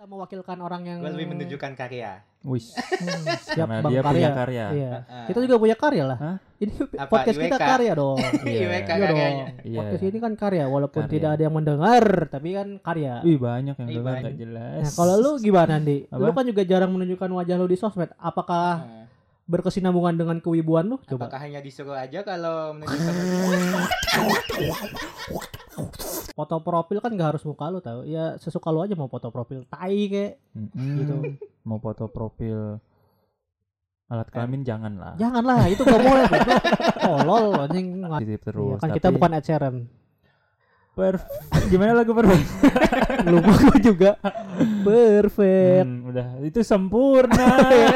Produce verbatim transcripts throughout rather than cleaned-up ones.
mewakilkan orang yang Gue lebih menunjukkan karya. Wih. Hmm, siap Karena Bang dia karya. punya karya. Iya. Uh-uh. Kita juga punya karya lah. Hah? Ini Apa, podcast I W K? kita karya dong. Iya. I W K Iya dong. karyanya. Iya. Podcast ini kan karya walaupun Karya. tidak ada yang mendengar, tapi kan karya. Wih, banyak yang Ih, dengar banyak. enggak jelas. Nah, kalau lu gimana, Andi? Apa? Lu kan juga jarang menunjukkan wajah lu di sosmed. Apakah Uh, berkesinambungan dengan kewibuan lu? Coba. Apakah hanya disuruh aja kalau menunjukkan Foto profil kan gak harus muka lu tahu. Ya sesuka lu aja mau foto profil tai kayak Mm-mm. gitu. Mau foto profil alat kelamin jangan lah. Janganlah, itu gak boleh. goblok. Tolol anjing. Titip terus. Iya, kan Tapi kita bukan Ed Sheeran. perf- gimana lagu perfect? Lupa gue juga. Perfect. Hmm, udah itu sempurna.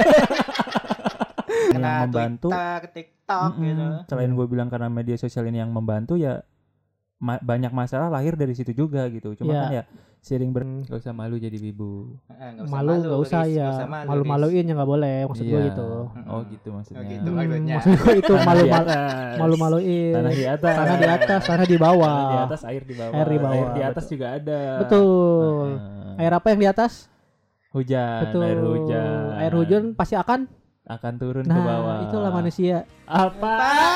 Yang Karena membantu. Twitter, TikTok Mm-mm. gitu. Selain gue bilang karena media sosial ini yang membantu ya ma- banyak masalah lahir dari situ juga gitu. Cuma Iya. kan ya sering ber Hmm. gak usah malu jadi wibu. Uh, nggak usah Malu nggak usah Riz. ya. Nggak usah malu, Riz. Malu-maluin ya nggak boleh. Maksud gue Iya. gitu. Oh gitu maksudnya. Oh, gitu. Hmm, maksudnya. maksud gue itu Tanah di malu-malu atas. malu-maluin. Tanah di atas. Tanah di atas, tanah di bawah. Tanah di atas, air di bawah. Air di bawah, Air di atas betul. juga ada. Betul. Heeh. Air apa yang di atas? Hujan, Betul. air hujan. Air hujan pasti akan. akan turun ke Nah, bawah. itulah manusia. Apa?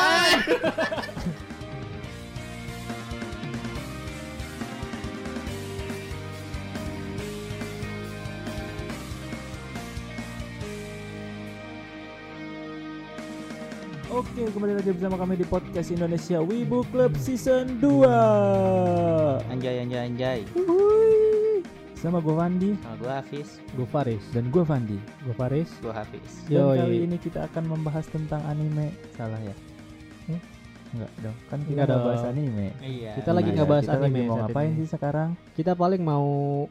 Oke, kembali lagi bersama kami di podcast Indonesia Wibu Club Season dua. Anjay anjay anjay. Sama gue Fandi Sama gue Hafiz. Gue Faris. dan gue Fandi. Gue Faris. Gue Hafiz. Dan Yoi. kali ini kita akan membahas tentang anime. Salah ya? Hmm? Enggak dong, kan kita Enggak nggak dong. bahas anime. Iya. Kita lagi Iya, nggak bahas kita anime lagi mau saat ngapain ini. sih sekarang? Kita paling mau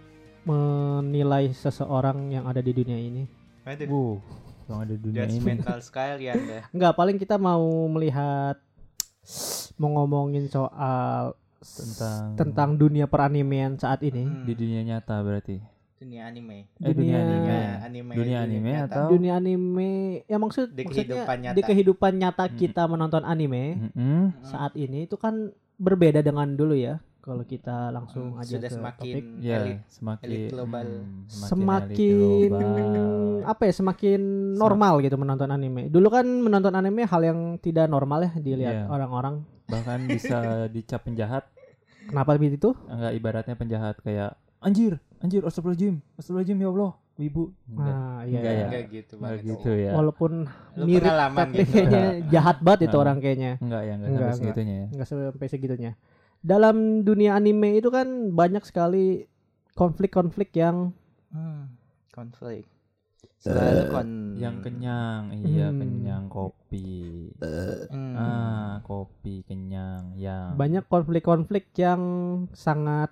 menilai seseorang yang ada di dunia ini. Waduh. Wuh, yang ada di dunia ini. Judgmental sekalian deh. Enggak, paling kita mau melihat mau ngomongin soal Tentang tentang dunia peranimean saat ini. Hmm. di dunia nyata berarti. Dunia anime. Eh, dunia Dunia- anime. Dunia anime. Dunia anime nyata. atau Dunia anime ya maksud Di maksudnya kehidupan nyata. di kehidupan nyata Hmm. kita menonton anime Mm-mm. saat ini itu kan berbeda dengan dulu ya. Kalau kita langsung Hmm, aja sudah ke semakin topik, Ya, elit. semakin elit global. mm, semakin elit global. apa ya semakin normal gitu menonton anime. Dulu kan menonton anime hal yang tidak normal ya dilihat Iya. orang-orang. Bahkan bisa dicap penjahat. Kenapa begitu? Enggak, ibaratnya penjahat kayak anjir, anjir, astagfirullahaladzim, astagfirullahaladzim ya Allah, wibu. Enggak. Nah, iya. Enggak ya? Enggak gitu Enggak banget. gitu ya. Walaupun Lu mirip pengalaman tapi gitu. kayaknya jahat banget itu Nah. orang kayaknya. Enggak ya, enggak Enggak, sampai enggak. segitunya ya. Enggak sampai segitunya. Dalam dunia anime itu kan banyak sekali konflik-konflik yang Hmm, konflik. Selalu kon Yang kenyang, iya Hmm. kenyang kopi. Hmm. Ah, kopi kenyang yang banyak konflik-konflik yang sangat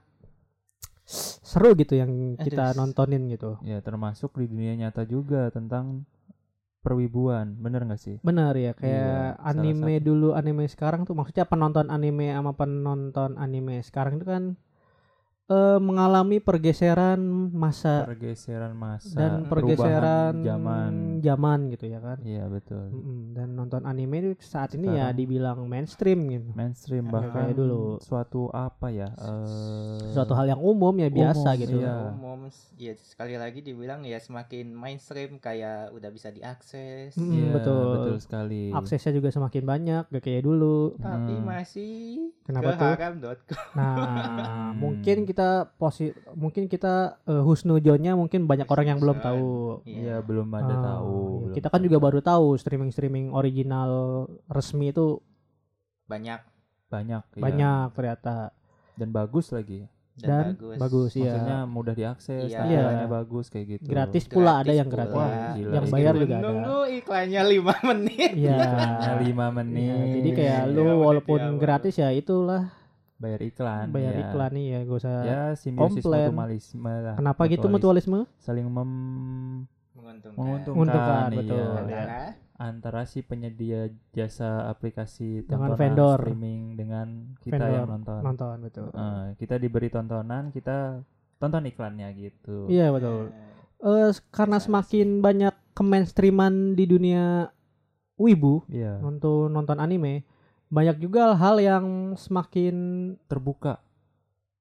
seru gitu yang kita Aduh. nontonin gitu. ya termasuk di dunia nyata juga tentang perwibuan, bener nggak sih? Benar ya, kayak Iya, salah anime satu. dulu, anime sekarang tuh maksudnya penonton anime sama penonton anime sekarang itu kan eh, mengalami pergeseran masa Pergeseran masa dan perubahan pergeseran zaman. zaman gitu ya kan. Iya betul. Mm-mm. Dan nonton anime itu saat ini ya Sekarang. dibilang mainstream gitu. Mainstream Nggak bahkan kayak dulu. suatu apa ya? eh, Suatu hal yang umum ya biasa umum, gitu. iya. umum ya sekali lagi dibilang ya semakin mainstream kayak udah bisa diakses Mm, Iya, betul. betul sekali. Aksesnya juga semakin banyak, gak kayak dulu. tapi Hmm. masih Kenapa ke tuh? haram dot com. Nah, Hmm. mungkin kita posi mungkin kita uh, husnujonnya mungkin banyak orang yang belum tahu. Iya, belum ada Ah, tahu. iya. belum Kita kan tahu. juga baru tahu streaming-streaming original resmi itu banyak banyak iya. banyak ternyata dan bagus lagi. dan, dan bagus, bagus, iya. Maksudnya mudah diakses, Iya. tampilannya Iya. bagus kayak gitu. Gratis pula ada yang pula. gratis. Wah, gila. Yang Itu bayar juga ada. nunggu iklannya lima menit Iya. Iklannya lima Iya, menit. jadi kayak lu Lima menit walaupun di awal. gratis ya itulah bayar iklan. bayar ya. iklan nih ya, gak usah. Ya, simbiosis komplain. mutualisme lah. Kenapa gitu Mutualis- mutualisme? Saling mem menguntungkan, menguntungkan, Menguntungkan, iya. betul. Antara Antara si penyedia jasa aplikasi Dengan tontonan vendor. streaming dengan kita Vendor yang nonton. Nonton betul. Eh, kita diberi tontonan, kita tonton iklannya gitu. Iya betul. eh, Eh karena Bisa semakin banyak kemainstreaman di dunia wibu Iya, untuk nonton anime, banyak juga hal yang semakin terbuka.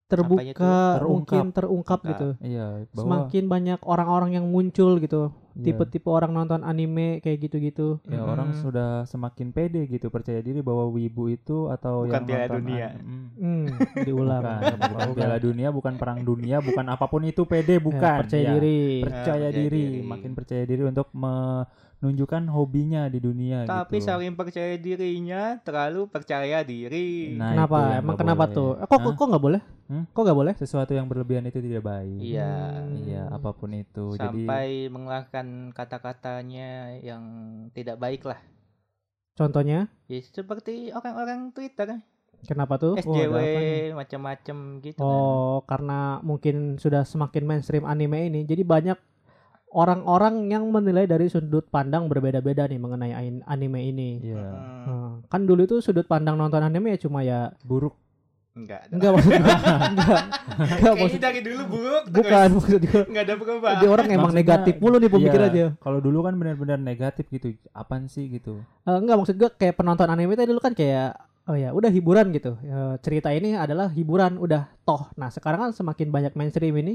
terbuka, Terungkap. mungkin terungkap Terungkap. gitu. Iya, bahwa Semakin banyak orang-orang yang muncul gitu. iya, Tipe-tipe orang nonton anime kayak gitu-gitu. ya orang Mm-mm. sudah semakin pede gitu, percaya diri bahwa wibu itu atau Bukan yang Piala nonton Dunia. an- mm, Hmm, diulang. bukan, bukan Piala Dunia, bukan perang dunia, bukan apapun itu pede, bukan. Ya, percaya Ya, diri. percaya Nah, percaya diri, diri. makin percaya diri untuk menunjukkan hobinya di dunia Tapi gitu. saking percaya dirinya terlalu percaya diri. Nah, itu Kenapa? yang Emang nggak kenapa boleh. tuh? Eh, kok kok Hah? kok nggak boleh? Hmm? Kok nggak boleh? Sesuatu yang berlebihan itu tidak baik. Iya. Hmm. Iya, apapun itu. Jadi Sampai mengeluarkan kata-katanya yang tidak baik lah. Contohnya? Ya seperti orang-orang Twitter, Kenapa tuh? S J W ada apa nih? macam-macam gitu kan. Oh, karena mungkin sudah semakin mainstream anime ini, jadi banyak orang-orang yang menilai dari sudut pandang berbeda-beda nih mengenai ain- anime ini. iya, Hmm, Hmm, kan dulu itu sudut pandang nonton anime ya cuma ya buruk. enggak. enggak maksud gua, enggak enggak Kayaknya maksud dari dulu buruk. bukan maksud gua Enggak ada perubahan. dia orang emang Maksudnya, negatif mulu nih pemikirannya. Iya, kalau dulu kan benar-benar negatif gitu. Apaan sih gitu? Eh, enggak maksud gua kayak penonton anime itu dulu kan kayak oh ya udah hiburan gitu. Eh, cerita ini adalah hiburan udah toh. Nah, sekarang kan semakin banyak mainstream ini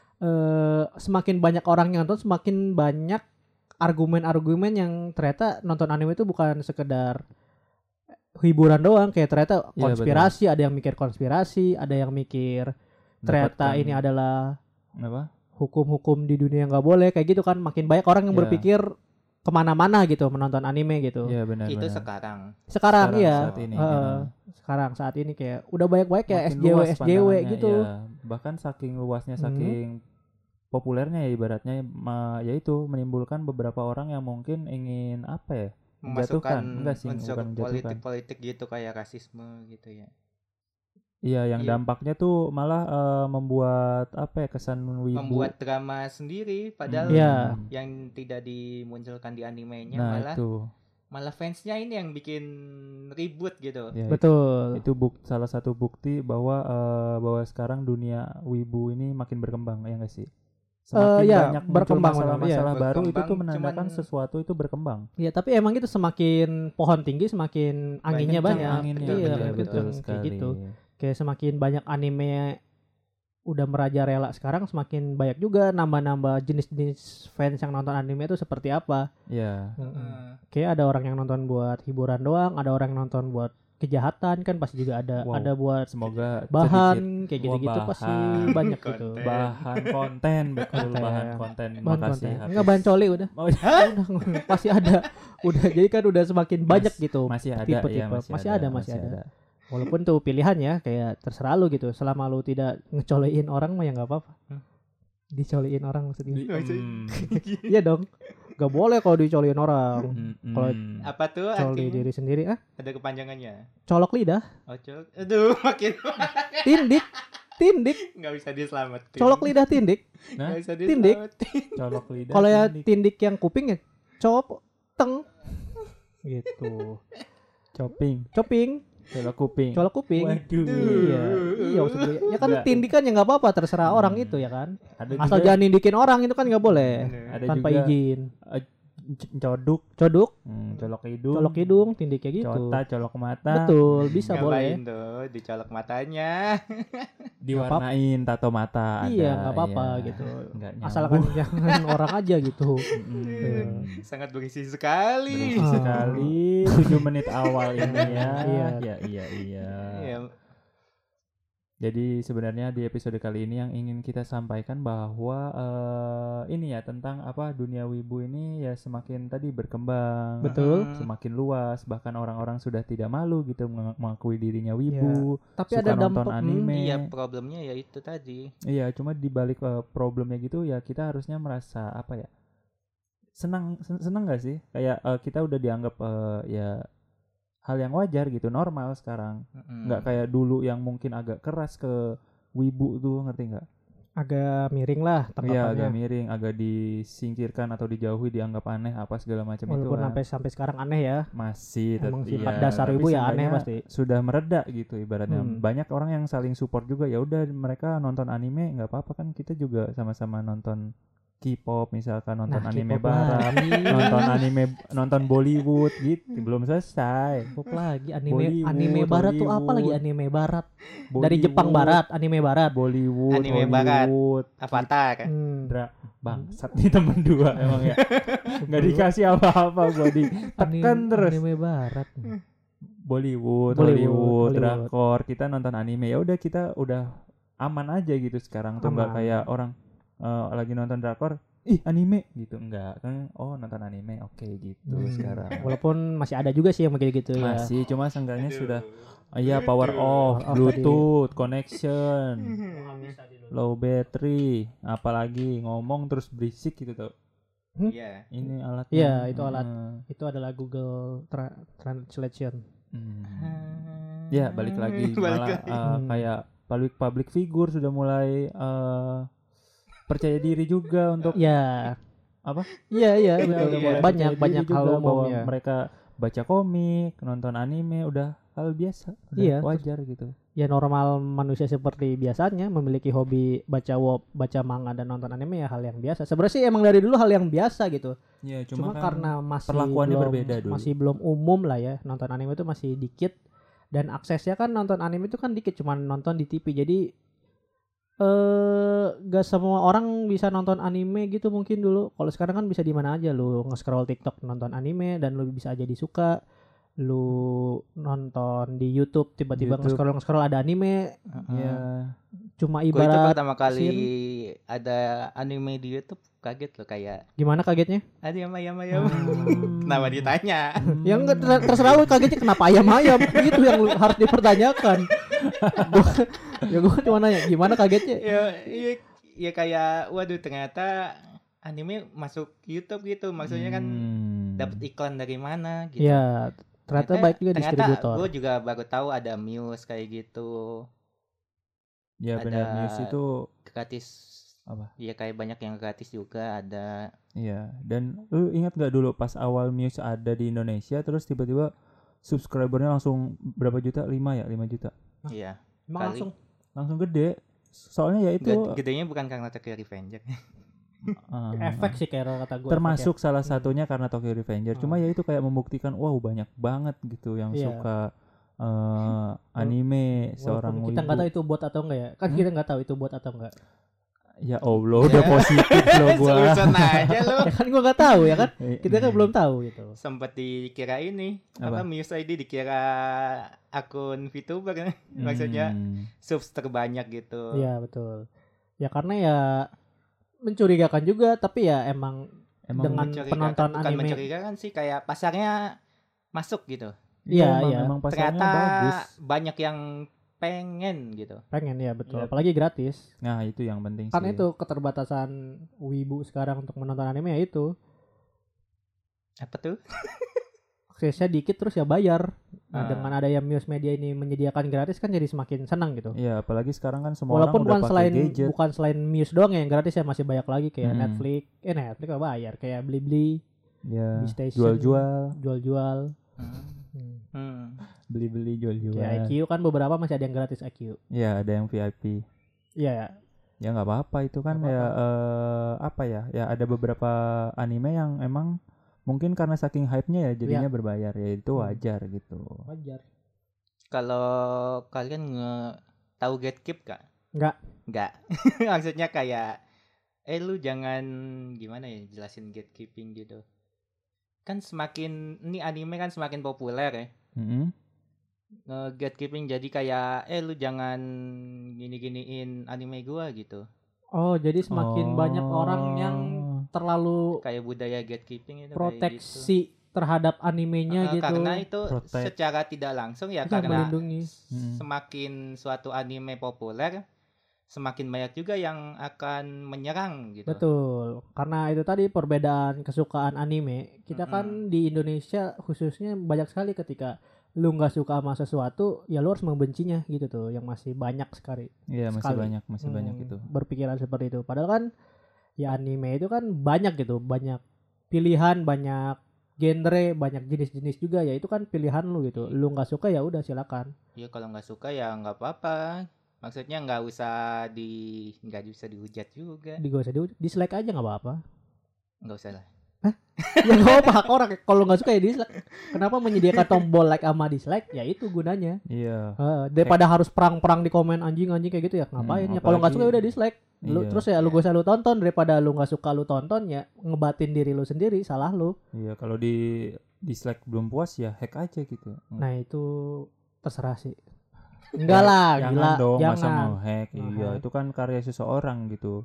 eh semakin banyak orang yang nonton, semakin banyak argumen-argumen yang ternyata nonton anime itu bukan sekedar hiburan doang, kayak ternyata Iya, konspirasi, ada yang mikir konspirasi, ada yang mikir ternyata Mendapatkan- ini adalah apa? hukum-hukum di dunia nggak boleh kayak gitu kan. Makin banyak orang yang Iya. berpikir kemana-mana gitu menonton anime gitu. Iya, benar Itu benar. sekarang. Sekarang, Sekarang, iya saat ini, Heeh. ya. Sekarang saat ini kayak udah banyak-banyak kayak Makin S J W luas S J W pandangannya, gitu. iya. Bahkan saking luasnya, Hmm. saking populernya ya ibaratnya, ma, yaitu menimbulkan beberapa orang yang mungkin ingin apa ya? Memasukkan Menjatuhkan. Enggak sih, unsur bukan menjatuhkan. politik-politik gitu kayak rasisme gitu ya. Iya, yang Iya. dampaknya tuh malah eh, membuat apa ya, kesan wibu. Membuat drama sendiri padahal Hmm. Iya. yang tidak dimunculkan di animenya Nah, malah itu. malah fansnya ini yang bikin ribut gitu. Ya, Betul. itu buk, salah satu bukti bahwa eh, bahwa sekarang dunia wibu ini makin berkembang, ya enggak sih? Semakin ya, banyak muncul berkembang benar, masalah-masalah iya. baru, itu Berkembang, tuh menandakan cuman- sesuatu itu berkembang. Ya tapi emang gitu semakin pohon tinggi semakin anginnya Kencang banyak. anginnya, Iya, betul, kencang, betul kayak sekali. gitu. Kayak semakin banyak anime udah merajalela sekarang, semakin banyak juga nambah-nambah jenis-jenis fans yang nonton anime itu seperti apa. Iya. Heeh. Kayak ada orang yang nonton buat hiburan doang, ada orang yang nonton buat kejahatan kan pasti juga ada. Wow. Ada buat Semoga sedikit bahan kayak gitu-gitu Wah, pasti bahan. banyak gitu. Konten. bahan konten, betul, Konten. bahan konten. Bahan Makasih. konten. Hafiz. Enggak bahan coli udah. Oh, iya. Udah, pasti ada. Udah jadi kan udah semakin banyak gitu. Masih ada, tipe-tipe. ya, masih, Masih ada, ada, masih ada. Walaupun tuh pilihan ya, kayak terserah lu gitu. Selama lu tidak ngecoliin orang mah ya nggak apa-apa. Hmm. Dicoliin orang maksudnya. Di- Nggak sih. mm, Iya dong. Gak boleh kalau dicoliin orang. mm, mm. Kalau Apa tuh Coli artinya? diri sendiri ah. Ada kepanjangannya. Colok lidah. Oh, colok. Aduh, makin Tindik. Tindik. nggak bisa diselamatin. Colok lidah tindik. Nah, Nggak bisa tindik. diselamatin. colok lidah. Kalau ya tindik. tindik yang kuping ya cop teng. Gitu. Chopping, Coping. colok kuping. Colok kuping. Waduh. Iya. Iya maksudnya. Ya kan Enggak. tindik kan ya nggak apa-apa terserah Hmm. orang itu ya kan. Ada Asal juga, jangan nindikin orang itu kan nggak boleh. ada Tanpa juga izin. c- coduk, Coduk, hmm, colok hidung, colok hidung, tindik kayak gitu. cota, colok mata, Betul, bisa Ngapain boleh. tuh dicolok matanya. diwarnain tato mata. Iya, ada, nggak apa-apa iya. gitu. Nggak Asalkan nyambung. jangan orang aja gitu. Mm-mm. Iya. Sangat berisi sekali. Berisi Ah. sekali tujuh menit awal ini ya. Iya. Iya, iya, iya. Iya. Jadi sebenarnya di episode kali ini yang ingin kita sampaikan bahwa eh, ini ya tentang apa, dunia wibu ini ya semakin tadi berkembang, Betul. Hmm. semakin luas, bahkan orang-orang sudah tidak malu gitu meng- mengakui dirinya wibu, Tapi suka ada nonton dampak anime. Iya, problemnya ya itu tadi. Iya, cuma di balik eh, problemnya gitu ya kita harusnya merasa apa ya? Senang sen- senang gak sih? Kayak eh, kita udah dianggap eh, ya hal yang wajar gitu, normal sekarang. Mm-mm. Nggak kayak dulu yang mungkin agak keras ke wibu tuh, ngerti nggak? agak miring lah Iya, tanggapannya. agak miring, agak disingkirkan atau dijauhi, dianggap aneh apa segala macam itu Walaupun kan. sampai sampai sekarang aneh ya. Masih tet- Emang iya, sifat dasar tapi ibu ya aneh seenggaknya pasti. sudah mereda gitu ibaratnya. Hmm. Banyak orang yang saling support juga, ya udah mereka nonton anime nggak apa-apa kan, kita juga sama-sama nonton K-pop misalkan, nonton Nah, anime K-pop barat, lagi. nonton anime, nonton Bollywood gitu. Belum selesai. K-pop lagi anime Bollywood, anime barat tuh apa lagi Hollywood. anime barat? Dari Jepang Bollywood, barat, anime barat. Bollywood, Anime barat. Hollywood, Avatar kan. Hmm. Dra, bangsat nih temen dua emang ya. Nggak dikasih apa-apa gua ditekan Anime- terus. Anime barat. Bollywood, Bollywood, Hollywood, Hollywood. drakor, kita nonton anime ya udah kita udah aman aja gitu sekarang tuh, nggak Aman. kayak orang eh, lagi nonton drakor, ih anime gitu, enggak kan, oh nonton anime, oke gitu Hmm. sekarang. Walaupun masih ada juga sih yang begitu gitu ya. Masih, cuma seenggaknya Aduh. sudah, oh iya power off, Power off tadi. Bluetooth, connection, low battery, apalagi ngomong terus berisik gitu tuh. Iya. Ini alatnya. Iya, itu alat. Hmm. Itu adalah Google Tra- Translation. Hmm. Ya balik lagi Balik malah lagi. uh, Hmm. kayak public public figure sudah mulai uh, percaya diri juga untuk Ya. Apa? Iya, iya, Udah- betul. udah mulai Banyak percaya banyak diri hal juga bahwa umumnya. mereka baca komik, nonton anime udah hal biasa, udah Iya, wajar gitu. Ya normal manusia seperti biasanya memiliki hobi baca web, baca manga dan nonton anime ya hal yang biasa. Sebenarnya sih emang dari dulu hal yang biasa gitu. Ya Cuma, cuma, kan karena masih perlakuannya belum, berbeda dulu. masih belum umum lah ya, nonton anime itu masih dikit dan aksesnya kan nonton anime itu kan dikit, cuma nonton di T V. Jadi eh gak semua orang bisa nonton anime gitu mungkin dulu. Kalau sekarang kan bisa di mana aja lu nge-scroll TikTok nonton anime dan lu bisa jadi suka. Lu nonton di YouTube tiba-tiba YouTube. nge-scroll nge-scroll ada anime, ya cuma Gue itu ibarat pertama kali ada anime di YouTube kaget loh, kayak gimana kagetnya? ada ayam ayam ayam. Hmm. Kenapa ditanya? Yang enggak ter- terserah lu kagetnya kenapa ayam-ayam itu yang lu harus dipertanyakan. Gua, ya gue cuma nanya gimana kagetnya? ya, ya, ya kayak waduh ternyata anime masuk YouTube gitu. Maksudnya kan Hmm. dapat iklan dari mana gitu. Ya ternyata baik juga distributor. Gue juga baru tahu ada Muse kayak gitu. Ya ada benar, news itu Gratis. apa? Iya kayak banyak yang gratis juga ada. Iya, dan lu ingat gak dulu pas awal Muse ada di Indonesia terus tiba-tiba subscribernya langsung berapa juta? lima ya, lima juta. Iya. Emang kali. langsung Langsung gede. Soalnya ya itu Gede- Gedenya bukan karena Tokyo Revenger. uh, efek sih kayak kata gue. termasuk salah Hmm. satunya karena Tokyo Revenger. Cuma Hmm. ya itu kayak membuktikan wow banyak banget gitu yang Iya. suka uh, anime seorang kita nggak tahu wibu. itu bot atau enggak ya. Kan Hmm? kita nggak tahu itu bot atau enggak. Ya Allah udah positif loh gua. Seuson aja lo. Ya kan gua nggak tahu ya kan. Kita kan Hmm. belum tahu gitu. Sempat dikira ini Apa? apa, Muse I D dikira akun VTuber kan? Maksudnya Hmm. subs terbanyak gitu. Iya betul. Ya karena ya mencurigakan juga tapi ya emang Emang dengan Mencurigakan, penonton bukan anime. mencurigakan sih, kayak pasarnya masuk gitu. Iya, emang, iya. emang pasarnya Ternyata bagus. banyak yang pengen gitu. Pengen ya betul. Iya. Apalagi gratis. Nah, itu yang penting Kan sih. itu keterbatasan wibu sekarang untuk menonton anime ya itu. Apa tuh? Aksesnya dikit terus ya bayar. Nah, Ah. dengan ada yang Muse Media ini menyediakan gratis kan jadi semakin senang gitu. Iya, apalagi sekarang kan semua Walaupun orang udah bukan pakai selain gadget. bukan selain Muse doang yang gratis ya masih banyak lagi kayak Hmm. Netflix. Eh Netflix nggak bayar kayak Blibli, Ya, Station, jual-jual, jual-jual. Hmm. Hmm. Hmm. beli-beli, Kayak jual-jual. I Q kan beberapa masih ada yang gratis I Q. Ya, ada yang V I P. Iya ya. Ya nggak apa-apa itu kan Nggak ya eh, apa ya? Ya ada beberapa anime yang emang mungkin karena saking hype-nya ya jadinya berbayar, ya itu Hmm. wajar gitu. Wajar. Kalau kalian nge tahu Gatekeep gak? Nggak. Nggak. Maksudnya kayak eh lu jangan gimana ya jelasin gatekeeping gitu. Kan semakin ini anime kan semakin populer ya. Mm-mm. Nge-gatekeeping jadi kayak eh lu jangan gini-giniin anime gua gitu. Oh, jadi semakin banyak orang yang Oh. terlalu Kayak budaya gatekeeping itu kayak gitu. proteksi terhadap animenya Eh, gitu. Karena itu Protect. secara tidak langsung ya Itu karena melindungi. s- Hmm. semakin suatu anime populer semakin banyak juga yang akan menyerang gitu. Betul. Karena itu tadi perbedaan kesukaan anime. Kita Mm-mm. kan di Indonesia khususnya banyak sekali ketika lu nggak suka sama sesuatu, ya lu harus membencinya gitu tuh. Yang masih banyak sekali. Iya, masih sekali. banyak, masih Hmm, banyak itu. Berpikiran seperti itu. Padahal kan ya anime itu kan banyak gitu, banyak pilihan, banyak genre, banyak jenis-jenis juga ya. Itu kan pilihan lu gitu. Lu nggak suka ya udah silakan. Ya kalau nggak suka ya nggak apa-apa. Maksudnya nggak usah di nggak bisa dihujat juga. Di gak usah di dislike aja nggak apa-apa. Nggak usah lah. Ya nggak apa hak orang. Kalau nggak suka ya dislike. Kenapa menyediakan tombol like sama dislike? Ya itu gunanya. Iya. Uh, daripada harus perang-perang di komen anjing-anjing kayak gitu ya ngapain Hmm, ya? Kalau nggak apalagi- suka ya udah dislike. Lu Iya. terus ya lu gak usah lu tonton daripada lu nggak suka lu tonton ya ngebatin diri lu sendiri, salah lu. Iya, kalau di dislike belum puas ya hack aja gitu. Nah itu terserah sih. Enggak lah, Jangan gila, dong, masa jangan. mau hack. Iya, Nge-hack. itu kan karya seseorang gitu.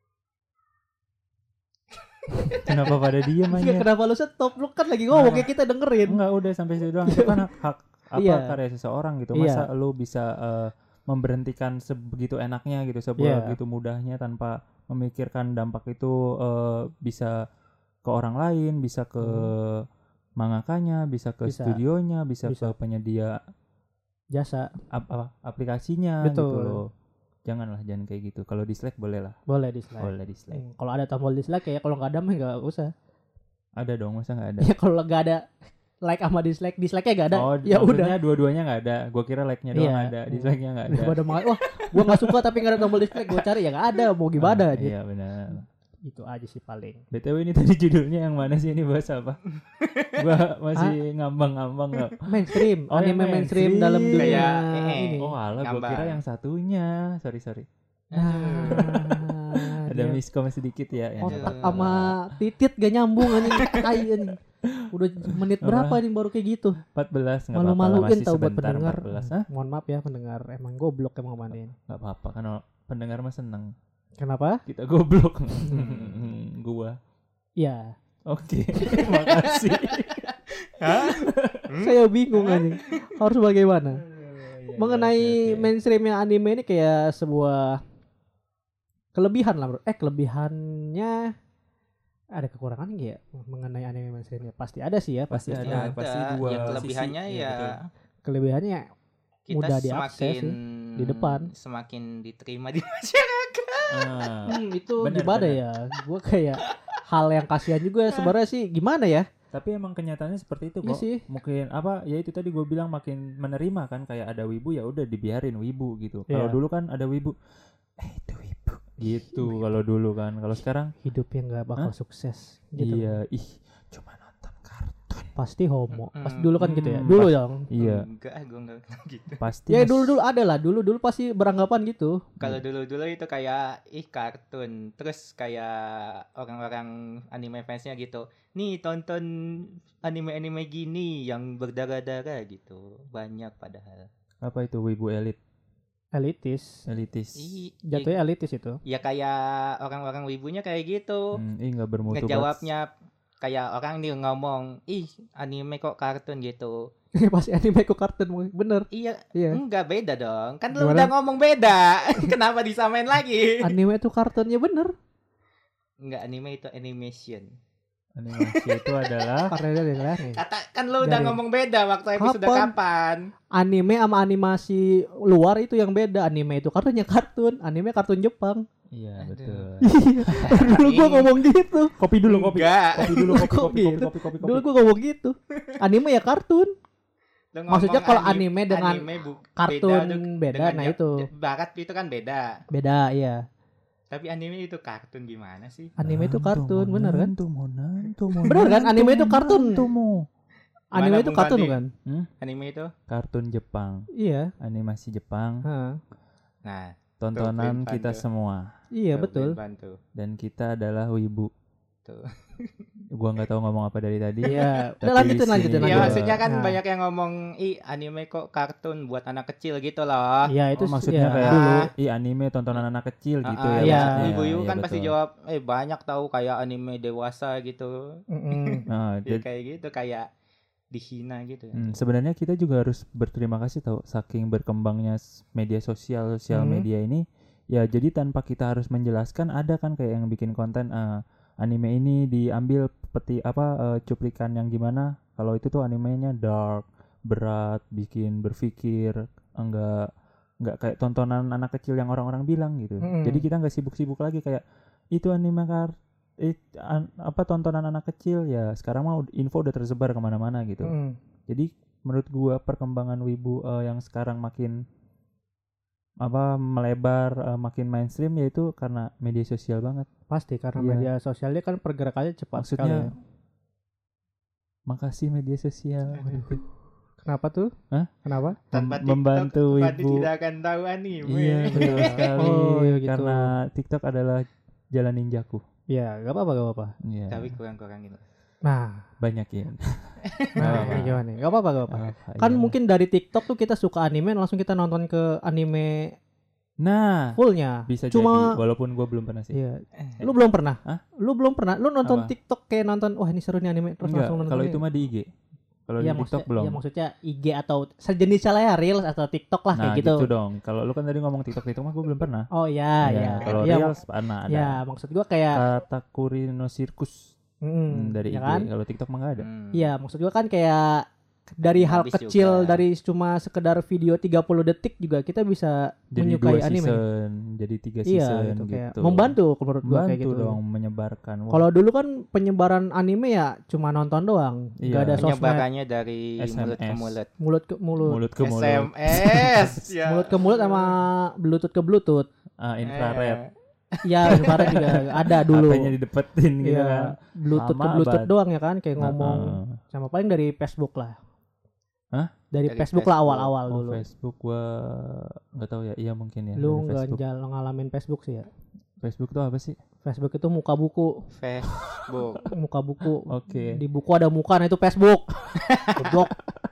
Kenapa pada diem Ya, aja? kenapa lu stop? Lu kan lagi ngomong Nah. kayak kita dengerin. Enggak, udah sampai situ doang. Itu kan hak apa Iya. karya seseorang gitu. Iya. Masa lu bisa eh, memberhentikan sebegitu enaknya gitu, sebegitu Iya. mudahnya tanpa memikirkan dampak itu eh, bisa ke orang lain, bisa ke mangakanya, bisa ke Hmm. Bisa. studionya, bisa, Bisa. ke penyedia Jasa, ap- apa, aplikasinya Betul. gitu loh. Janganlah, jangan kayak gitu. Kalau dislike boleh lah. boleh dislike. Boleh dislike. Hmm, kalau ada tombol dislike ya, kalau nggak ada mah nggak usah. Ada dong, masa nggak ada? Ya kalau nggak ada like sama dislike, dislike-nya nggak ada. Oh, Ya udah. maksudnya dua-duanya nggak ada. Gua kira like-nya doang Iya. ada, dislike-nya nggak ada. Daripada mau, wah, gua nggak suka tapi nggak ada tombol dislike, gua cari ya nggak ada, mau gimana Ah, aja. Iya benar. Itu aja sih paling. B T W ini tadi judulnya yang mana sih, ini bahas apa? Gua masih ngambang-ngambang nggak. Mainstream, Oh, yang anime mainstream, mainstream. dalam dunia Kayak, eh, ini. Oh alah, gua Ngambang. kira yang satunya. Sorry sorry. Nah, Ada dia miskom sedikit ya. yang otak satu. sama titit gak nyambung anjing. Tai anjing. Udah menit berapa nih baru kayak gitu? empat belas nggak apa-apa lah, Malu-maluin masih tau buat sebentar pendengar. empat belas. Hah? Mohon maaf ya pendengar, emang goblok emang manin. Nggak apa-apa kan pendengar mah seneng. Kenapa? Kita goblok. Gua. Ya, Oke. Makasih. saya bingung anjing. Harus bagaimana? Iya, Mengenai mainstreamnya anime ini kayak sebuah kelebihan lah bro. Eh kelebihannya ada kekurangan nggak ya mengenai anime mainstreamnya? Pasti ada sih ya. Pasti Pasti ada. ada. pasti Ada. dua Ya kelebihannya sisi. Iya, ya betul. Kelebihannya kita mudah diakses semakin sih, di depan. semakin diterima di masyarakat. Ah, hmm, itu Bener, gimana bener. ya? Gue kayak hal yang kasihan juga sebenarnya sih. Gimana ya? tapi emang kenyataannya seperti itu Iya kok. sih. Mungkin apa ya itu tadi gue bilang makin menerima kan, kayak ada wibu ya udah dibiarin wibu gitu. Kalau Iya. dulu kan ada wibu, eh itu wibu gitu. Kalau dulu kan, kalau sekarang Hidupnya nggak bakal Hah? sukses. Gitu. iya ih cuma nonton kartun. Pasti homo. Pas Mm. dulu kan gitu ya. Hmm, Dulu pas- dong. Iya Enggak, gue enggak gitu. pasti. Ya mas- dulu dulu ada lah. Dulu dulu pasti beranggapan gitu. Kalau dulu-dulu itu kayak ih kartun, terus kayak orang-orang anime fansnya gitu. Nih tonton anime-anime gini yang berdarah-darah gitu. Banyak padahal. apa itu wibu elit Elitis. elitis. Ih, Jatuhnya elitis itu. ya kayak orang-orang wibunya kayak gitu. Hmm, ih nggak bermutu. Ngejawabnya kayak orang nih ngomong, ih anime kok kartun gitu. Pasti anime kok kartun bener. Iya, Iya. enggak beda dong. Kan lu Gimana? udah ngomong beda. Kenapa disamain lagi? Anime itu kartunnya bener. Enggak, anime itu animation. Animasi itu adalah Karena dia bilang nih. Kata kan lu udah Dari- ngomong beda waktu episode Kapan? kapan? Anime sama animasi luar itu yang beda. Anime itu kartunnya kartun. Anime kartun Jepang. iya Aduh. betul. Dulu gua ngomong gitu. Kopi dulu kopi. Enggak. Kopi dulu kopi Kok kopi kopi gitu? kopi kopi. Dulu gua ngomong gitu. Anime ya kartun. Lu ngomong Maksudnya kalau anim- anime dengan anime bu- kartun tuh beda, dengan nah Jap- itu. Jap- Barat itu kan beda. Beda iya. Tapi anime itu kartun gimana sih? Anime itu kartun bener kan? Bener Bener kan? Anime itu kartun. Anime Mana itu Bung kartun Pandi? kan? Anime itu. Kartun Jepang, Iya. animasi Jepang, Hah. Nah, tontonan Tuh, kita Bantu. semua. Iya tuh, betul. Bantu. Dan kita adalah wibu. Tuh. Gua nggak tahu ngomong apa dari tadi. Iya. Tapi Udah lanjutin di lanjutin sini- Iya, Aduh. maksudnya kan Nah. banyak yang ngomong, "Ih, anime kok kartun buat anak kecil gitu loh." Iya itu Oh, maksudnya ya, kayak dulu. i anime tontonan anak kecil gitu Ah, ya. ah, Iya. maksudnya. Ibu-ibu Iya, kan pasti betul. jawab, "Eh, banyak tahu kayak anime dewasa gitu." Mm-mm. Nah, Ya, jadi- kayak gitu, kayak dihina gitu. Hmm, sebenarnya kita juga harus berterima kasih tau, saking berkembangnya s- media sosial sosial Hmm. media ini ya, jadi tanpa kita harus menjelaskan ada kan kayak yang bikin konten eh, anime ini diambil peti apa eh, cuplikan yang gimana, kalau itu tuh animenya dark, berat, bikin berpikir, enggak enggak kayak tontonan anak kecil yang orang-orang bilang gitu. Hmm. Jadi kita nggak sibuk-sibuk lagi kayak itu anime kar eh, an- apa tontonan anak kecil ya, sekarang mah ud- info udah tersebar kemana-mana gitu. Mm. Jadi menurut gua perkembangan wibu eh, yang sekarang makin apa melebar uh, makin mainstream yaitu karena media sosial banget. Pasti karena Iya. media sosialnya kan pergerakannya cepat sekali. Maksudnya Ya. makasih media sosial. Kenapa tuh? Hah? Kenapa? Tanpa Mem- membantu TikTok, Fandi ibu. tidak akan tahu anime. Iya betul sekali. Oh, iya gitu. Karena TikTok adalah jalan ninjaku. Ya, gak apa-apa, gak apa-apa. Iya. Tapi kurang-kurangin. Nah, Banyak ya. nah apa-apa. ini gimana nih? Gak apa-apa, gak apa-apa. Apa, Kan iya. mungkin dari TikTok tuh kita suka anime, langsung kita nonton ke anime Nah fullnya. bisa Cuma, jadi walaupun gue belum pernah sih. iya. Lu belum pernah? Hah? Lu belum pernah? Lu nonton Apa? TikTok kayak nonton, wah ini seru nih anime, terus Enggak, langsung nonton. kalau ini. itu mah di I G. Kalau Iya, di TikTok maksudnya, belum. iya, maksudnya I G atau sejenis lah ya, Reels atau TikTok lah Nah kayak gitu. gitu dong. Kalau lu kan tadi ngomong TikTok TikTok mah gue belum pernah. Oh iya, iya. Kalau Iya, Reels pernah ada. ya, maksud gua kayak Katakuri no Circus mm, hmm, dari ya I G. kan? Kalau TikTok mah nggak ada. Hmm. Iya, maksud gua kan kayak dari hal Habis kecil, juga. dari cuma sekedar video tiga puluh detik juga kita bisa Jadi menyukai dua anime. season, jadi tiga Iya, season gitu, gitu. kayak membantu menurut gua kayak Membantu gitu. dong menyebarkan. Wah, Kalau dulu kan penyebaran anime ya cuma nonton doang, Iya. nggak ada sosmed, Penyebarannya dari S M S. mulut ke mulut. mulut ke mulut, mulut ke mulut, S M S. ya. mulut ke mulut sama bluetooth ke bluetooth. ah, infrared, Ya, infrared juga ada dulu. H P-nya didepetin gitu Iya, kan. bluetooth ke Lama bluetooth banget. doang ya kan, kayak ngomong Heeh. sama paling dari Facebook lah. Hah? Dari, Dari Facebook, lah Facebook. awal-awal Oh, dulu. Facebook gua nggak tahu ya. Iya mungkin ya. Lu dari nggak Facebook. jal- ngalamin Facebook sih ya. Facebook tuh apa sih? Facebook itu muka buku, Facebook. muka buku. Oke. Di buku ada muka, nah itu Facebook. Goblok.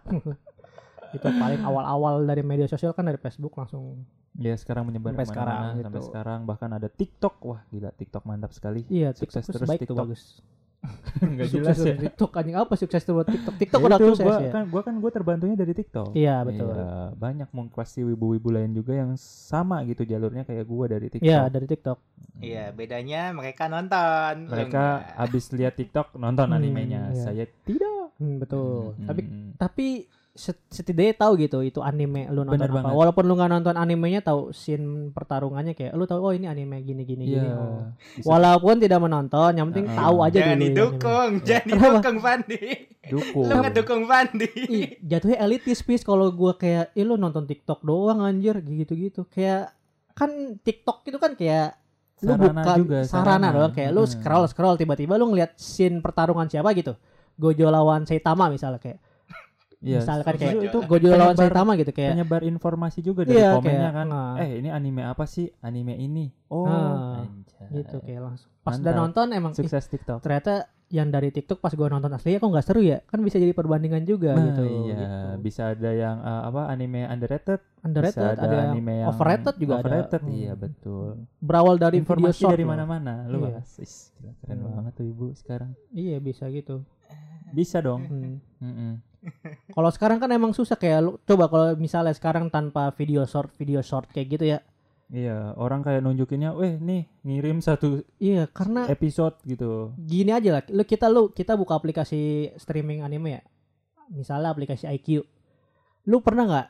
Itu paling awal-awal dari media sosial kan dari Facebook langsung. Ya sekarang menyebar Sampai kemana-mana, sekarang sampai gitu. sekarang bahkan ada TikTok. Wah gila, TikTok mantap sekali. Iya, Sukses TikTok terus baik tuh TikTok. bagus. Nggak Sukses jelas ya. terus TikTok anjing apa sukses tuh buat TikTok? TikTok Ya udah itu, sukses gua ya. kan gua kan gua terbantunya dari TikTok. Iya, betul. Iya, banyak mungkin pasti wibu-wibu lain juga yang sama gitu jalurnya kayak gua dari TikTok. Iya, dari TikTok. Iya, bedanya mereka nonton. lu Mereka enggak. habis lihat TikTok nonton Hmm, animenya. iya. Saya tidak. Hmm, betul. Hmm, Tapi hmm. tapi set- setidaknya tahu gitu itu anime lu nonton Bener apa. banget. Walaupun lu nggak nonton animenya, tahu scene pertarungannya kayak lu tahu oh ini anime gini gini Iya. gini. Oh. Bisa Walaupun tidak menonton, yang penting Heeh. tahu aja Jangan dulu. ini didukung, jangan Kenapa? didukung Fandi. dukung. Lu ngedukung Fandi. anime. Ih, jatuhnya elitis pis kalau gua kayak ih lu nonton TikTok doang anjir gitu-gitu. Kayak kan TikTok itu kan kayak lu Sarana bukan juga, sarana, sarana. doang kayak lu Hmm. scroll scroll tiba-tiba lu ngeliat scene pertarungan siapa gitu. Gojo lawan Saitama misalnya kayak Iya. misalkan kayak Gojo. itu Gojo lawan Penyebar- Saitama gitu kayak penyebar informasi juga dari iya, komennya kayak, kan. nah. Eh ini anime apa sih? Anime ini. Oh, Nah, anjay. gitu kayak langsung pas Mantap. udah nonton emang ih, Sukses TikTok. ternyata yang dari TikTok pas gua nonton aslinya kok nggak seru ya kan bisa jadi perbandingan juga Nah, gitu, iya, gitu. bisa ada yang uh, apa anime underrated, Underrated bisa ada, ada, yang anime yang overrated juga overrated, ada. iya Hmm. betul. Berawal dari video Informasi short dari loh. mana-mana, lu Iya. bahas. Is, gila, keren Hmm. banget tuh ibu sekarang. Iya bisa gitu. Bisa dong. Hmm. Mm-mm. Kalau sekarang kan emang susah kayak lu coba kalau misalnya sekarang tanpa video short video short kayak gitu ya. Iya, orang kayak nunjukinnya, weh nih ngirim satu Iya karena episode gitu. gini aja lah. Lu kita lu kita buka aplikasi streaming anime ya. Misalnya aplikasi I Q. Lu pernah nggak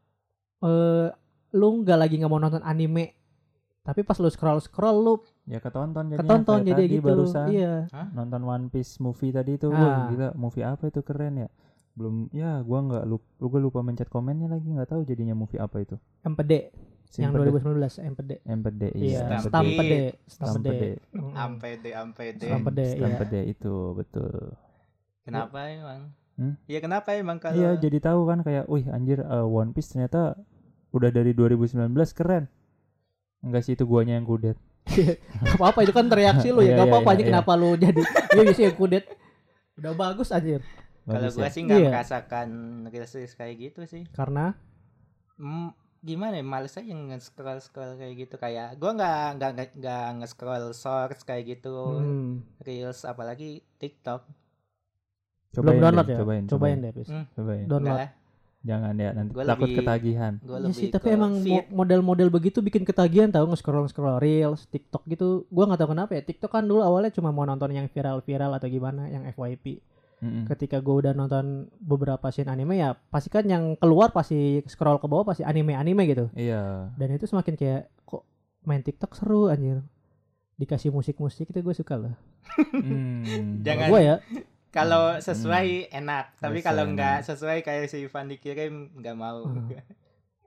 eh lu nggak lagi nggak mau nonton anime tapi pas lu scroll scroll lu Ya ketonton jadinya. ketonton kayak jadi tadi gitu. barusan Iya. nonton One Piece movie tadi itu, Ah. wah gila, movie apa itu keren ya. Belum, ya gua nggak lupa, gua lupa mencet komennya lagi, nggak tahu jadinya movie apa itu. M P D yang Simpede. dua ribu sembilan belas M P D. M P D, Iya, iya. Stampede. Stampede, Stampede. Stampede. Mm. Ampede, ampede. Stampede, iya. Stampede itu betul. Kenapa emang? Hmm? Iya kenapa emang kalau Iya, jadi tahu kan kayak, wih anjir, uh, One Piece ternyata udah dari dua ribu sembilan belas, keren. Enggak sih, itu guanya yang kudet. Gak apa-apa itu kan reaksi lu ya. Iya, Gak iya, apa-apa iya, aja iya. kenapa lu jadi iya sih yang kudet. Udah bagus anjir. kalau Bagus gua ya? sih nggak Iya. merasakan reels kayak gitu sih. Karena Hmm, gimana ya, males aja nge-scroll scroll kayak gitu, kayak gua nggak nggak nggak- nggak nge-scroll shorts kayak gitu, hmm, reels apalagi TikTok. belum download deh, ya. Cobain, Cobain, cobain, deh, Pis. Hmm. cobain. Download. Enggak, Jangan ya, nanti Gua takut lebih- ketagihan. gua Iya lebih sih, tapi ke emang feed. mo- model-model begitu bikin ketagihan tahu nge-scroll scroll reels, TikTok gitu. Gua nggak tahu kenapa ya. TikTok kan dulu awalnya cuma mau nonton yang viral-viral atau gimana, yang F Y P. Mm-mm. Ketika gua udah nonton beberapa scene anime ya, pasti kan yang keluar pasti scroll ke bawah pasti anime-anime gitu. Iya. Dan itu semakin kayak kok main TikTok seru anjir. Dikasih musik-musik itu gue suka loh. Hmm. Jangan- Gue ya. Kalau sesuai enak, tapi Sesuai kalau enak. nggak sesuai kayak si Ivan dikirim nggak mau. Hmm. Oh,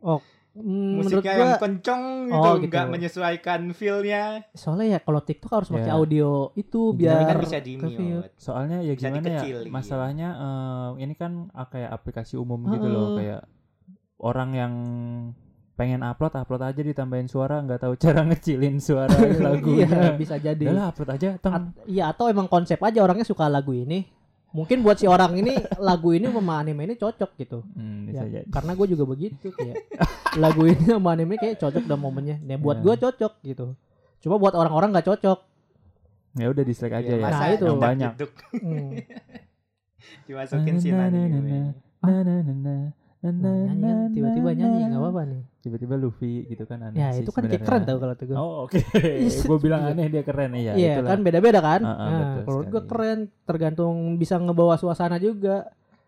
Hmm, menurut musiknya gua yang kenceng gitu, Oh, gitu. nggak menyesuaikan feel-nya. soalnya ya kalau TikTok harus pakai Ya. audio itu Gimana biar kan bisa di ke view. mute. Soalnya ya Bisa gimana ya, dikecilin. masalahnya eh, ini kan ah, kayak aplikasi umum gitu loh, Heeh. kayak orang yang pengen upload upload aja ditambahin suara, nggak tahu cara ngecilin suara lagunya. Iya, bisa jadi. Udah lah, upload aja teng. At- iya atau emang konsep aja orangnya suka lagu ini. Mungkin buat si orang ini lagu ini sama anime ini cocok gitu. Hmm, Ya, bisa jadi. karena gue juga begitu kayak lagu ini sama anime kayak cocok dan momennya. Nah, buat Ya. gue cocok gitu. Cuma buat orang-orang nggak cocok. Ya udah dislike aja ya. Nah, itu. yang banyak. jeduk Hmm. dimasukin sih anime. Na, na, na, na, na, Nah, nyanyi kan, tiba-tiba nyanyi nggak apa-apa nih. Tiba-tiba Luffy gitu kan aneh Ya sih itu kan kayak sebenarnya. keren tau kalau tuh gue. Oh oke. Gue bilang aneh dia keren iya. Iya itulah. kan beda-beda kan. Ah, ah, Nah, betul kalau gue sekali. keren tergantung bisa ngebawa suasana juga.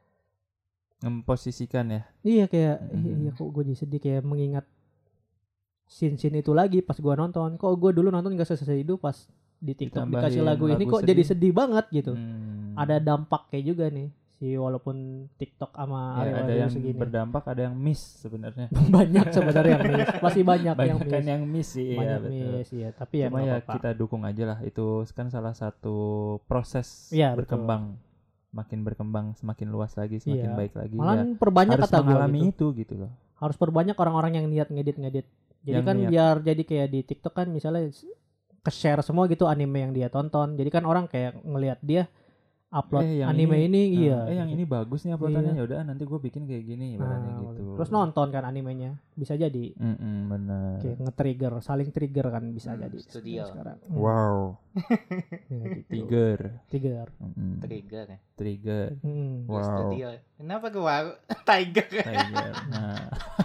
Memposisikan ya. Iya kayak Mhm. iya kok gue jadi sedih kayak mengingat scene-scene itu lagi pas gue nonton. Kok gue dulu nonton gak selesai itu pas di TikTok Ditambahin dikasih lagu ini lagu kok jadi sedih. sedih banget gitu. Hmm. Ada dampaknya juga nih si walaupun TikTok sama Ya, ada Aryo-Aryo yang segini. berdampak, ada yang miss sebenarnya. Banyak sebenarnya yang miss. Pasti banyak, yang Banyak kan miss. yang miss sih. Banyak Iya, betul. miss ya, tapi ya Cuma nggak ya apa-apa. kita dukung aja lah, itu kan salah satu proses Iya, betul. berkembang, makin berkembang semakin luas lagi, semakin Iya. baik lagi. Malah Ya, perbanyak harus kata gue mengalami gitu. itu gitu loh. Harus perbanyak orang-orang yang niat ngedit-ngedit. Jadi Yang kan niat. biar jadi kayak di TikTok kan misalnya ke-share semua gitu anime yang dia tonton. Jadi kan orang kayak ngelihat dia upload Eh, yang anime ini, Nah, iya. Eh yang ini bagus nih uploadannya, Iya. ya udah nanti gue bikin kayak gini ibaratnya Nah, gitu. terus nonton kan animenya. Bisa jadi Mm-mm, benar. kayak nge-trigger, saling trigger kan bisa Hmm, jadi studio. sekarang. Hmm. Wow. Ya, gitu. Trigger. Trigger. Mm-mm. Trigger ya. Trigger. Hmm. Di Wow. studio. Kenapa gue wow? Tiger. Tiger. Nah.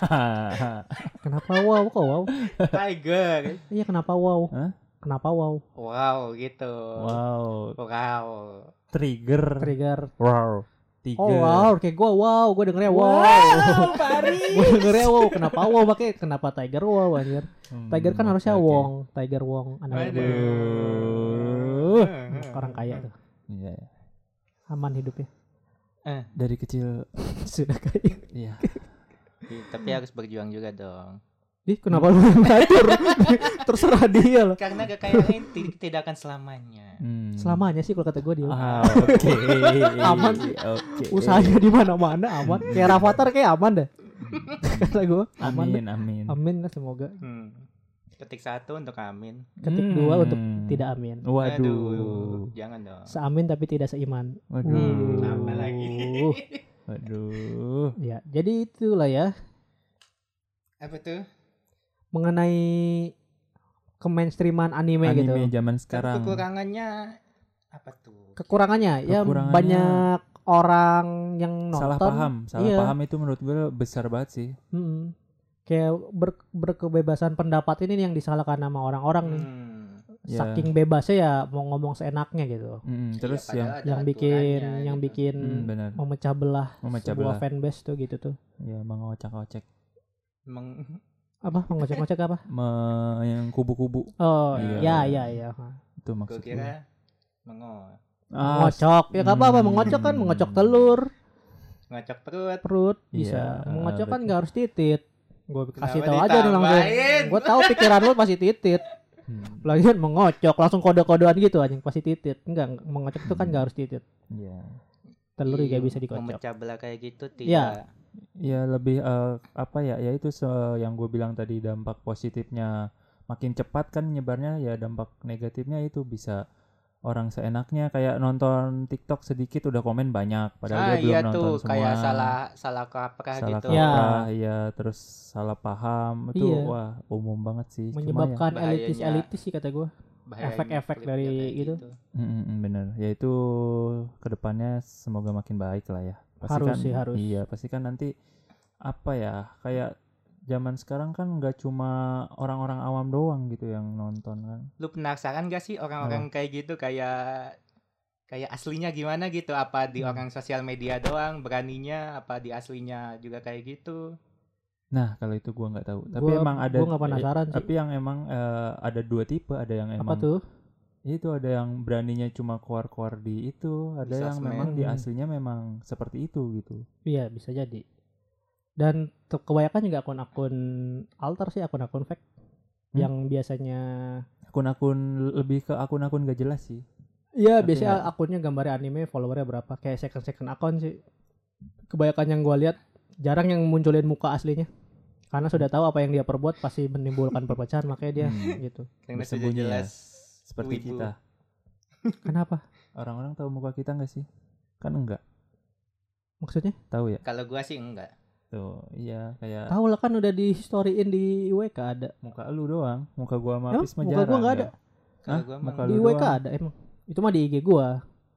Kenapa wow kok wow? Tiger. Iya kenapa wow? Hah? Kenapa wow? Wow gitu. Wow. Wow. Trigger. Trigger. Wow. Tiger. Oh wow, kayak gua wow, gua dengernya wow. Gua dengernya wow, kenapa wow pakai kenapa Tiger wow anjir. Hmm, Tiger kan harusnya oke, oke. Wong, Tiger Wong anak gua. Aduh. Orang kaya tuh. Iya, iya. Aman hidupnya. Dari kecil Sudah kaya. iya. Ih, Tapi harus berjuang juga dong. Ih, kenapa lu ngatur? Terserah dia loh. Karena kekayaan ti- tidak akan selamanya. Hmm. Selamanya sih kalau kata gua dia. Ah, oke. Aman. Oke. Usahanya di mana-mana aman. Kayak Rafathar kayak aman dah. Kata gua aman. Amin, dah. amin. Amin lah semoga. Hmm. Ketik satu untuk Amin. Ketik Hmm. dua untuk tidak amin. Waduh. Jangan dong. Seamin tapi tidak seiman. Waduh. Hmm, apa lagi? Waduh. Ya, jadi itulah ya Apa tuh? mengenai kemainstreaman anime, gitu. Anime zaman Tapi sekarang. kekurangannya apa tuh? Kekurangannya ya Kekurangannya- banyak orang yang nonton Salah paham, salah iya. paham itu menurut gue besar banget sih. Mm-mm. Kayak ber- berkebebasan pendapat ini nih yang disalahkan sama orang-orang nih. Hmm. Ya. Saking bebasnya ya mau ngomong seenaknya gitu. Mm, terus Iya, yang padahal ada yang bikin aturannya yang gitu. bikin mm, benar, memecah belah memecah sebuah belah, fanbase tuh gitu tuh. ya mengocak-ocek, Meng- Apa mengocek-ngocek apa? Me- yang kubu-kubu Oh, Iya. ya ya ya. itu Gue maksudnya. kira mengo Ah, Mengocok. Ya enggak apa-apa hmm. mengocok kan mengocok telur, ngocok perut. perut Iya, bisa. Mengocok kan betul. nggak harus titit. Gue kasih Kenapa tahu aja nih langsung. ditambahin? Gue tahu pikiran lu pasti titit. hmm, Lagian mengocok langsung kode-kodean gitu anjing pasti titit. Enggak, mengocok itu kan enggak harus titit. ya, Telur juga Iya, bisa dikocok. Memecah belah kayak gitu tidak. Iya. ya lebih eh, apa ya, ya itu se- yang gue bilang tadi, dampak positifnya makin cepat kan nyebarnya, ya dampak negatifnya itu bisa orang seenaknya kayak nonton TikTok sedikit udah komen banyak, padahal Ah dia belum iya nonton tuh semua. kayak salah salah kaprah salah gitu. Iya. kaprah, ya terus salah paham itu Iya. wah umum banget sih. Cuma Menyebabkan bahayanya- elitis-elitis sih kata gue. Bahayanya efek-efek klip dari kayak itu. ya, mm, mm, mm, bener ya, itu kedepannya semoga makin baik lah ya. Pasti Harus kan, sih, harus. Iya pasti kan nanti apa ya, kayak zaman sekarang kan nggak cuma orang-orang awam doang gitu yang nonton kan. Lu penasaran gak sih orang-orang kayak gitu, kayak kayak aslinya gimana gitu? Apa di Hmm. orang sosial media doang beraninya, apa di aslinya juga kayak gitu? Nah kalau itu gua nggak tahu, tapi Gua- emang ada gua nggak penasaran eh, sih. tapi yang emang eh, ada dua tipe, ada yang Apa emang tuh? itu, ada yang beraninya cuma keluar-keluar di itu, ada Di yang sosmed. memang di Hmm. aslinya memang seperti itu gitu. Iya bisa jadi. Dan te- kebanyakan juga akun-akun alter sih, akun-akun fake Hmm? yang biasanya Akun-akun lebih ke akun-akun gak jelas sih. iya Tapi biasanya ya- akunnya gambarnya anime, followernya berapa, kayak second second akun sih. Kebanyakan yang gua lihat jarang yang munculin muka aslinya. Karena sudah tahu apa yang dia perbuat pasti menimbulkan perpecahan, makanya dia Hmm. gitu. Karena sudah Bersembunyi ya, jelas Seperti wibu. kita. Kenapa? Orang-orang tahu muka kita nggak sih? Kan enggak. Maksudnya? Tahu ya? Kalau gua sih enggak. Tuh, iya kayak Tahu lah kan udah di storyin di I W K ada. muka lu doang. Muka gua sama Emang? Apis mah Muka jarang. gua nggak ada. ya. Kalau Hah? gua Muka emang Di lu I W K doang. ada emang. Itu mah di I G gua.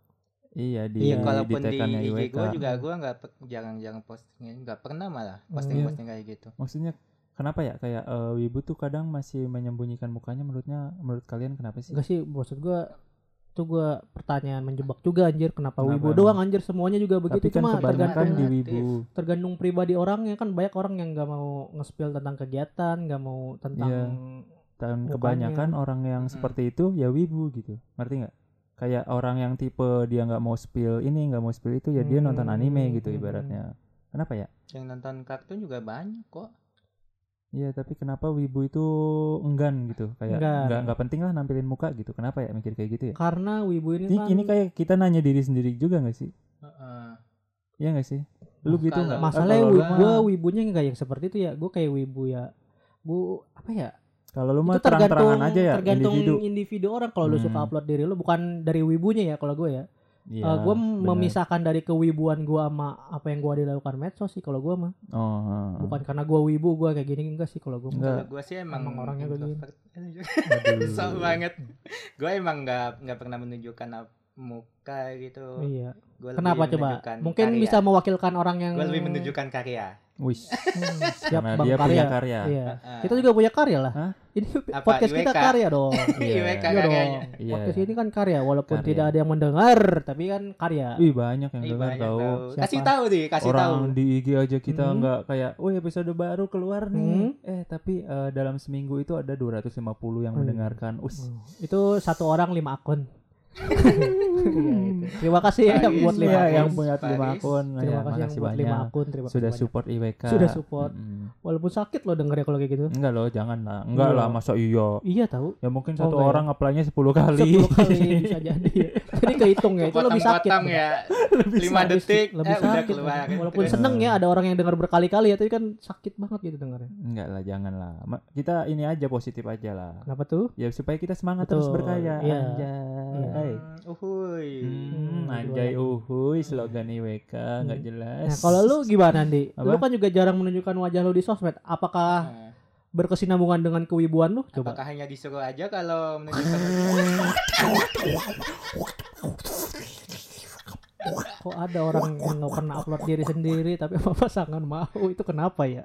Iya di Iya, Ya, kalaupun di tekannya I G I W K. gua juga gua nggak pe- jarang-jarang posting, nggak pernah malah Hmm. posting-posting kayak gitu. Maksudnya kenapa ya kayak eh, wibu tuh kadang masih menyembunyikan mukanya, menurutnya menurut kalian kenapa sih? Enggak sih, maksud gua itu gua pertanyaan menjebak juga anjir, kenapa Kenapa wibu emang? doang anjir, semuanya juga begitu. Tapi kan Cuma kebanyakan tergantung di Alternatif. wibu. tergantung pribadi orangnya, kan banyak orang yang nggak mau nge-spill tentang kegiatan, nggak mau tentang Iya. Dan mukanya. kebanyakan orang yang Mm-mm. seperti itu ya wibu gitu. Ngerti nggak? Kayak orang yang tipe dia nggak mau spill ini, nggak mau spill itu ya dia nonton anime gitu Hmm. ibaratnya. Kenapa ya? Yang nonton kartun juga banyak kok. Iya, tapi kenapa wibu itu enggan gitu? Kayak Enggan. nggak nggak penting lah nampilin muka gitu. Kenapa ya mikir kayak gitu ya? karena wibu ini Ini, kan ini kayak kita nanya diri sendiri juga nggak sih? Heeh. Iya nggak sih? Lu gitu Kalau- nggak? masalahnya Kalau lu wi- mah- gua wibunya nggak yang seperti itu ya. Gua kayak wibu ya. Gua apa ya? Kalau lu mah Itu tergantung terang-terangan aja ya tergantung individu. individu orang. Kalau lu Hmm. suka upload diri lu, bukan dari wibunya ya kalau gue ya. Iya. Eh, gue bener. memisahkan dari kewibuan gue sama apa yang gue dilakukan medsos sih kalau gue mah. Oh, heeh. Bukan karena gue wibu gue kayak gini, enggak sih kalau gue. Enggak. Kalau gua sih emang, Emang orangnya begini. introvert. Aduh. Sok banget. Gua emang nggak nggak pernah menunjukkan ap- muka gitu. Iya. Gua Kenapa lebih coba? menunjukkan Mungkin karya. bisa mewakilkan orang yang. Gua lebih menunjukkan karya. Wis. Hmm, siap Karena bang dia karya. punya karya. Iya. Heeh. Kita juga punya karya lah. Hah? Ini Apa, podcast kita I W K? karya dong. Iya. I W K Iya dong. karyanya. Iya. Podcast ini kan karya, walaupun Karya. tidak ada yang mendengar, tapi kan karya. Wih, banyak yang Ih, dengar banyak tahu. tahu. Siapa? Kasih tahu deh, kasih Orang tahu. di I G aja kita Hmm. nggak kayak, "Wih, episode baru keluar nih." Hmm. Eh, tapi eh, dalam seminggu itu ada dua ratus lima puluh yang Hmm. mendengarkan. Us. Hmm. Itu satu orang lima akun. Iya, itu. Terima kasih ya Paris, buat lima Iya, akun. yang punya Paris. lima akun. Terima Ya, kasih yang makasih buat lima banyak. akun. Terima kasih Sudah banyak. support I W K. Sudah support. Mm-mm. Walaupun sakit loh dengernya kalau kayak gitu. Enggak loh, jangan lah. Enggak Iya. lah, masa iya. Iya tahu. Ya mungkin Oh, satu enggak ya? orang apply-nya sepuluh kali. Sepuluh kali bisa jadi. ya. Jadi kehitung ya. Itu lebih sakit. Potong-potong ya. lima Lebih- detik lebih eh, udah sakit. keluar. Walaupun Keren. seneng ya ada orang yang dengar berkali-kali ya, tapi kan sakit banget gitu dengarnya. Enggak lah, jangan lah. Ma- Kita ini aja positif aja lah. Kenapa tuh? Ya supaya kita semangat Betul. terus berkarya. Iya. Anjay. Hmm, uhuy. Hmm, Hmm, anjay dua uhuy slogan I W K nggak Hmm. jelas. Nah, kalau lu gimana, Andi? Apa? Lu kan juga jarang menunjukkan wajah lu di sosmed. Apakah Nah, berkesinambungan dengan kewibuan lu? Coba. apakah hanya disuruh aja kalau menunjukkan Kok ada orang yang nggak pernah upload diri sendiri tapi apa pasangan mau, itu kenapa ya?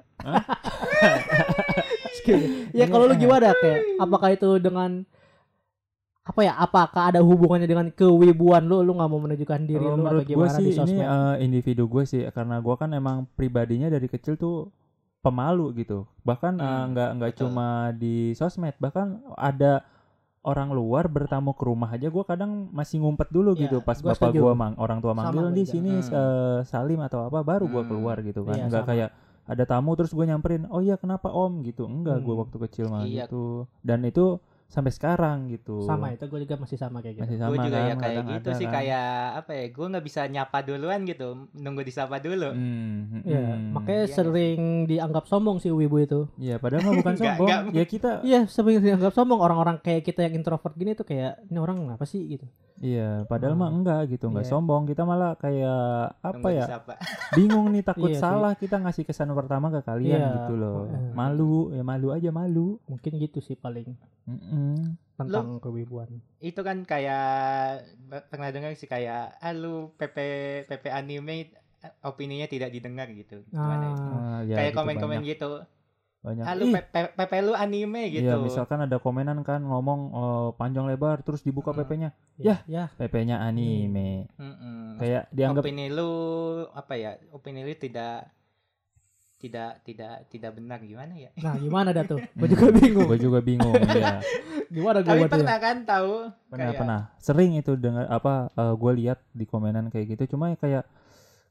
Ya kalau lu gimana, kayak apakah itu dengan apa ya? Apakah ada hubungannya dengan kewibuan lu? Lu nggak mau menunjukkan diri Kalau lu atau menurut gue gimana sih di ini sosmed? eh, individu gue sih, karena gue kan emang pribadinya dari kecil tuh pemalu gitu. Bahkan eh, Hmm, nggak nggak betul. cuma di sosmed, bahkan ada orang luar bertamu ke rumah aja gue kadang masih ngumpet dulu Ya, gitu pas gua bapak setuju. gue mang orang tua Sama manggil gua di juga. sini Hmm. eh, Salim atau apa baru gue Hmm. keluar gitu kan. Iya, Nggak sama. kayak ada tamu terus gue nyamperin, "Oh iya kenapa Om?" gitu. Enggak, gue Hmm. waktu kecil mah Iya. gitu. Dan itu sampai sekarang gitu. Sama itu gue juga masih sama kayak gitu. Masih sama gue juga kan, ya kayak kadang gitu ada sih, kan. kayak apa ya, gue nggak bisa nyapa duluan gitu, nunggu disapa dulu. Hmm, Iya, hmm. makanya Iya, sering dianggap sombong sih wibu itu. Iya, padahal mah bukan Nggak- sombong. nggak. Ya kita Iya, sering dianggap sombong orang-orang kayak kita yang introvert gini tuh, kayak ini orang apa sih gitu. iya, padahal Hmm. mah enggak gitu, enggak Iya. sombong. Kita malah kayak apa Nunggu ya? disapa. Bingung nih, takut Iya sih. salah kita ngasih kesan pertama ke kalian Iya. gitu loh. Eh. Malu, ya malu aja malu. Mungkin gitu sih paling Mm-mm. tentang kewibuan. Itu kan kayak pernah dengar sih kayak, ah lu P P P P anime opininya tidak didengar gitu. Gimana ya? Ah, Ah, ya, Kayak gitu komen-komen banyak, gitu. banyak. Ah lu Ih, P P P P lu anime gitu. iya, misalkan ada komenan kan ngomong oh, panjang lebar terus dibuka Hmm. P P-nya. ya, ya. P P-nya anime. Mm-mm. Kayak dianggap opini lu apa ya? Opini lu tidak tidak tidak tidak benar, gimana ya? Nah, gimana dah tuh? Gue juga bingung. Gue juga bingung ya. Gimana gue Tapi buat pernah kan tahu Pernah kayak pernah. Sering itu dengar apa gue lihat di komenan kayak gitu. Cuma kayak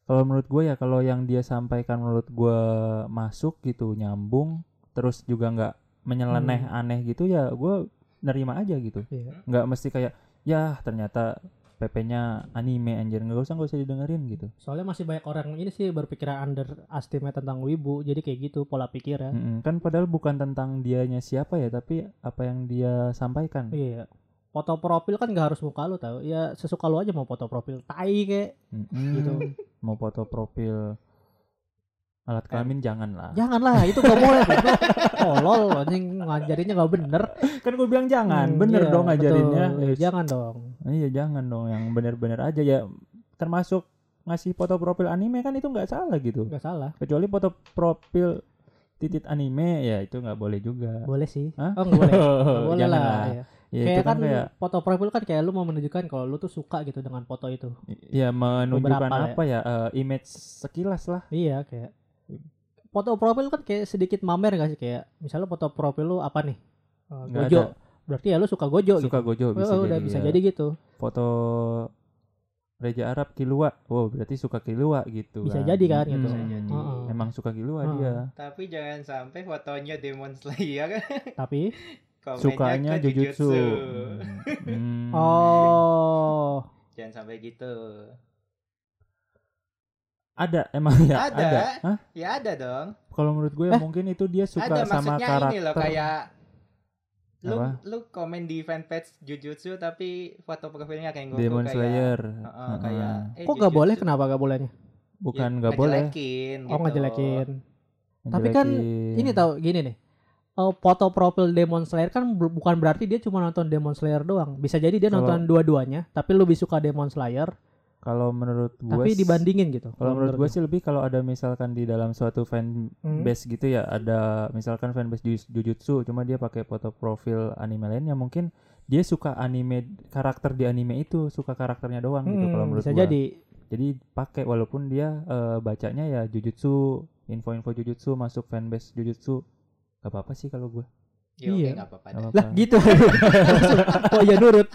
Kalau menurut gue ya, kalau yang dia sampaikan menurut gue masuk gitu, nyambung, terus juga nggak menyeleneh Hmm. aneh gitu ya, gue nerima aja gitu. Iya. Nggak mesti kayak ya ternyata P P-nya anime anjir, nggak usah nggak usah didengerin gitu. Soalnya masih banyak orang ini sih berpikiran underestimate tentang wibu, jadi kayak gitu pola pikirnya. Mm-mm. Kan padahal bukan tentang dianya siapa ya, tapi apa yang dia sampaikan. Iya. Foto profil kan nggak harus muka lu tahu. Ya sesuka lu aja mau foto profil tai kayak Mm-mm. gitu. Mau foto profil alat kelamin jangan lah. Janganlah, itu nggak boleh. Goblok. Tolol anjing ngajarinnya nggak bener. Kan gue bilang jangan, Hmm, bener iya, dong ngajarinnya. betul. Yes. Jangan dong. Iya jangan dong, yang bener-bener aja ya. Termasuk ngasih foto profil anime kan itu nggak salah gitu. Nggak salah. Kecuali foto profil titit anime ya itu nggak boleh juga. Boleh sih. Hah? Oh nggak boleh. Nggak boleh Jangan lah. lah. Iya. Ya, Kayak itu kan, kayak foto profil kan kayak lu mau menunjukkan kalau lu tuh suka gitu dengan foto itu. ya menunjukkan Beberapa apa ya, eh, image sekilas lah. Iya kayak foto profil kan kayak sedikit mamer gak sih, kayak misalnya foto profil lu apa nih? Uh, Nggak Gojo. ada. Berarti ya lu suka Gojo Suka gitu. Gojo bisa Oh, jadi. udah bisa ya. jadi gitu. Foto Raja Arab Kilua. Wow, berarti suka Kilua gitu. Bisa kan. jadi kan gitu. Bisa Hmm, jadi. Heeh. Emang suka Kilua Heeh. dia. Tapi jangan sampai fotonya Demon Slayer Tapi komennya Sukanya ke Jujutsu. Jujutsu. Hmm. oh Jangan sampai gitu. Ada emang ya? Ada. Hah? Ya ada dong. Kalau menurut gue Eh? mungkin itu dia suka Ada sama maksudnya karakter. ini loh kayak lu Apa? lu komen di fanpage Jujutsu tapi foto profilnya kayak Goku Demon kayak Slayer. Heeh, Heeh. kayak eh, kok nggak boleh? Jujutsu. Kenapa nggak bolehnya? Bukan Ya, nggak boleh. ngejelekin Oh gitu. ngejelekin. Tapi kan Ngejelekin. Ini tahu gini nih. Oh, foto profil Demon Slayer kan bu- bukan berarti dia cuma nonton Demon Slayer doang. Bisa jadi dia Kalau- nonton dua-duanya, tapi lu lebih suka Demon Slayer, Kalau menurut gue tapi s- dibandingin gitu. Kalau menurut gue sih lebih kalau ada misalkan di dalam suatu fan Hmm. base gitu ya, ada misalkan fanbase Ju- Jujutsu cuma dia pakai foto profil anime lainnya, mungkin dia suka anime, karakter di anime itu, suka karakternya doang gitu kalau menurut bisa gua. jadi. Jadi pakai walaupun dia eh, bacanya ya Jujutsu, info-info Jujutsu masuk fanbase Jujutsu. Gak apa-apa sih kalau gue. Ya, oke, Iya. nggak apa-apa. Gak dah. apa-apa. Lah gitu. Oh ya nurut.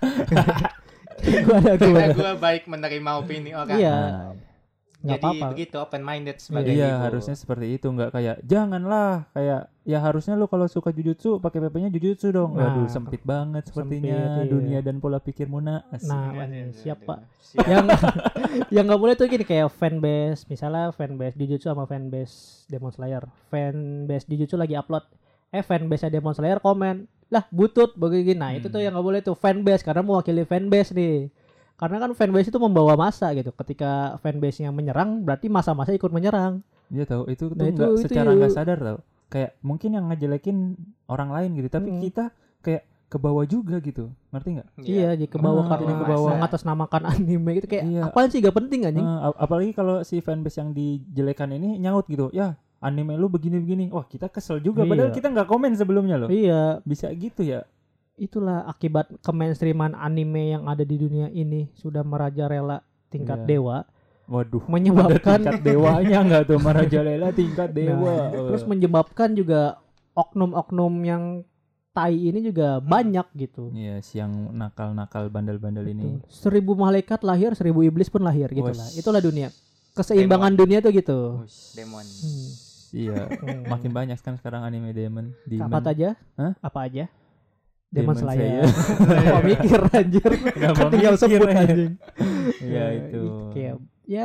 gua ada gua. Karena ada. gue baik menerima opini orang. Iya. Nah, Nggak Jadi apa-apa. begitu open minded sebagai iya ibu. harusnya seperti itu, nggak kayak janganlah kayak ya harusnya lu kalau suka Jujutsu pakai P P-nya Jujutsu dong. Nah, Waduh sempit banget sepertinya sempit, iya. dunia dan pola pikirmu nak. Nah, Aduh, ini aduh, siapa? aduh. Siap. yang yang nggak boleh tuh gini kayak fanbase, misalnya fanbase Jujutsu sama fanbase Demon Slayer. Fanbase Jujutsu lagi upload, eh fanbase Demon Slayer komen, lah butut begini. Nah itu Hmm. tuh yang nggak boleh tuh fanbase, karena mewakili fanbase nih. Karena kan fanbase itu membawa massa gitu. Ketika fanbase-nya menyerang, berarti massa-massa ikut menyerang. Dia tahu itu tuh Nah, itu- nggak itu secara yuk. nggak sadar tau. Kayak mungkin yang ngejelekin orang lain gitu, tapi Mm-mm. kita kayak ke bawah juga gitu, ngerti nggak? Iya, jadi ke bawah Ah, karena jadi ke bawah. mengatasnamakan anime gitu kayak Iya. apaan sih gak penting anjing. Eh, ap- apalagi kalau si fanbase yang dijelekan ini nyaut gitu, ya anime lu begini-begini, wah kita kesel juga. Iya. Padahal kita nggak komen sebelumnya loh. Iya, Bisa gitu ya? itulah akibat kemainstreaman anime yang ada di dunia ini sudah merajalela tingkat Iya. dewa, Waduh. menyebabkan Tingkat dewanya nggak tuh merajalela tingkat dewa. Nah, terus menyebabkan juga oknum-oknum yang tai ini juga banyak gitu. Iya, siang nakal-nakal bandel-bandel ini. Tuh, seribu malaikat lahir, seribu iblis pun lahir gitu lah. Wes. Itulah dunia. Keseimbangan dunia tuh gitu. Ush, Demon. Hmm. Iya, Hmm. makin banyak kan sekarang anime Demon. Demon. Apa aja? Hah? Apa aja? Demon, Demon Slayer. Slayer. Kok mikir anjir. Kenapa Kan tinggal mikir, sebut ya? anjing. Iya Ya, itu. Kayak ya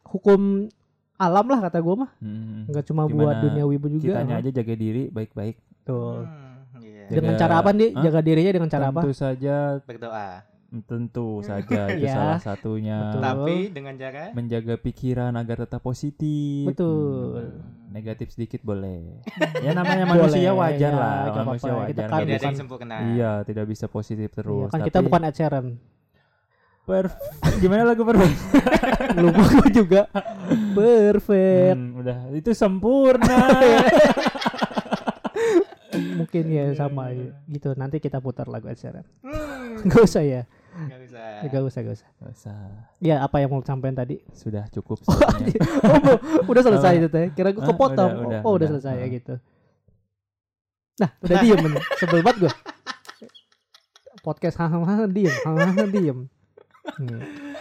hukum alam lah kata gue mah. Hmm. Enggak cuma Gimana buat dunia wibu juga. Kitanya aja jaga diri baik-baik. Tuh. Hmm, iya. Dengan Jaga- cara apa nih? Hah? Jaga dirinya dengan cara apa? Tentu saja, Berdoa. tentu saja itu Ya. salah satunya. Betul. Tapi dengan cara Menjaga pikiran agar tetap positif. Betul. Hmm. Negatif sedikit boleh. Ya namanya Boleh, manusia wajar ya, lah. nggak Manusia apa-apa. Kita wajar. kan nggak tidak ada bisa- yang sempurna. Iya, tidak bisa positif Iya, terus. kan Tapi kita bukan Ed Sheeran. perf- gimana lagu perfect? Lupa gue juga. Perfect. Hmm, udah itu sempurna. Mungkin ya sama gitu. Nanti kita putar lagu Ed Sheeran. Hmm, Gak usah ya. nggak bisa. Gak usah, gak usah. Nggak usah. Ya apa yang mau sampein tadi? Sudah cukup Oh, sepertinya. oh, udah selesai itu teh. Kira gue Hah? kepotong. Udah, udah, oh, udah udah. selesai ya Ah. gitu. Nah, udah diem ini. Sebel banget gue. Podcast hahaha diem, hahaha diem. Hmm.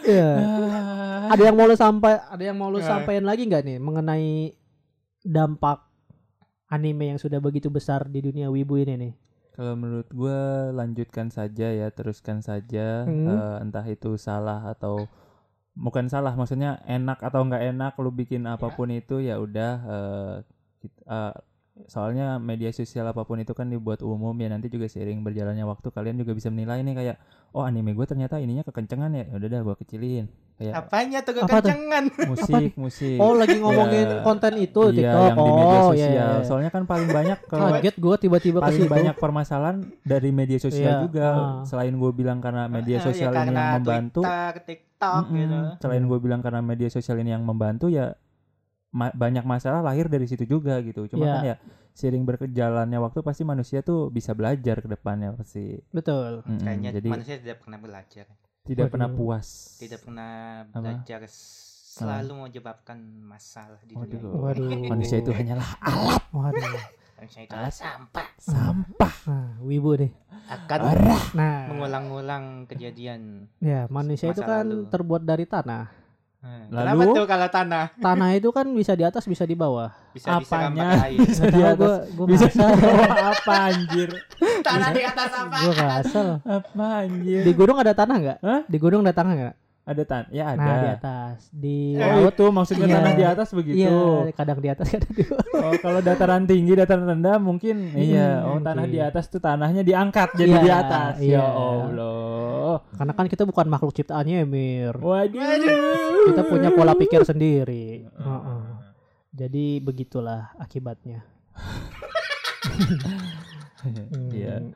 Iya. Ada yang mau lu sampai ada yang mau lu Nah. sampaikan lagi nggak nih mengenai dampak anime yang sudah begitu besar di dunia wibu ini nih? Kalau menurut gue lanjutkan saja ya, teruskan saja. Hmm. Eh, entah itu salah atau bukan salah, maksudnya enak atau nggak enak lu bikin apapun itu ya udah. eh, kit- eh, soalnya media sosial apapun itu kan dibuat umum ya, nanti juga seiring berjalannya waktu kalian juga bisa menilai nih kayak oh anime gue ternyata ininya kekencengan ya, udah dah gue kecilin kayak Apanya tuh Apa tuh? kekencengan? musik musik. Oh, lagi ngomongin Ya, konten itu iya, TikTok. yang di media Oh, sosial. iya, iya. Soalnya kan paling banyak kalau Kaget gue tiba-tiba ke paling situ. banyak permasalahan dari media sosial Iya, juga. ah. Selain gue bilang karena media Eh, sosial ya ini karena yang membantu, Twitter, TikTok mm-mm, gitu. selain Hmm. gue bilang karena media sosial ini yang membantu ya ma- banyak masalah lahir dari situ juga gitu. Cuma Iya. kan ya seiring berjalannya waktu pasti manusia tuh bisa belajar ke depannya pasti. Betul. Mm-mm, Kayaknya jadi manusia tidak pernah belajar, tidak Waduh. pernah puas. tidak pernah Apa? belajar, selalu menyebabkan masalah di dunia. Waduh. ini. Waduh. Manusia itu hanyalah Waduh. Manusia itu adalah sampah, sampah. Nah, wibu deh. akan Nah, mengulang-ulang kejadian. ya manusia itu Masa kan lalu. terbuat dari tanah. Hmm. Lalu? Kenapa tuh kalau tanah Tanah itu kan bisa di atas, bisa di bawah. bisa disiram Apanya? pakai air? Bisa di Tahu atas. gua, gua Bisa nggak asal. apa anjir? Tanah di atas apa? Gua nggak asal. Apa anjir? Di gunung ada tanah nggak? Hah? Di gunung ada tanah nggak? Ada tan, ya ada. Nah, di atas. Di Oh laut. itu maksudnya Iya. tanah di atas begitu. Iya, kadang di atas, kadang di bawah. Oh kalau dataran tinggi, dataran rendah mungkin iya. Oh tanah mungkin. di atas tuh tanahnya diangkat jadi Iya, di atas. iya. Ya Allah. Karena kan kita bukan makhluk ciptaannya, Mir. Waduh. Kita punya pola pikir sendiri. Heeh. Jadi begitulah akibatnya. Hmm. Iya.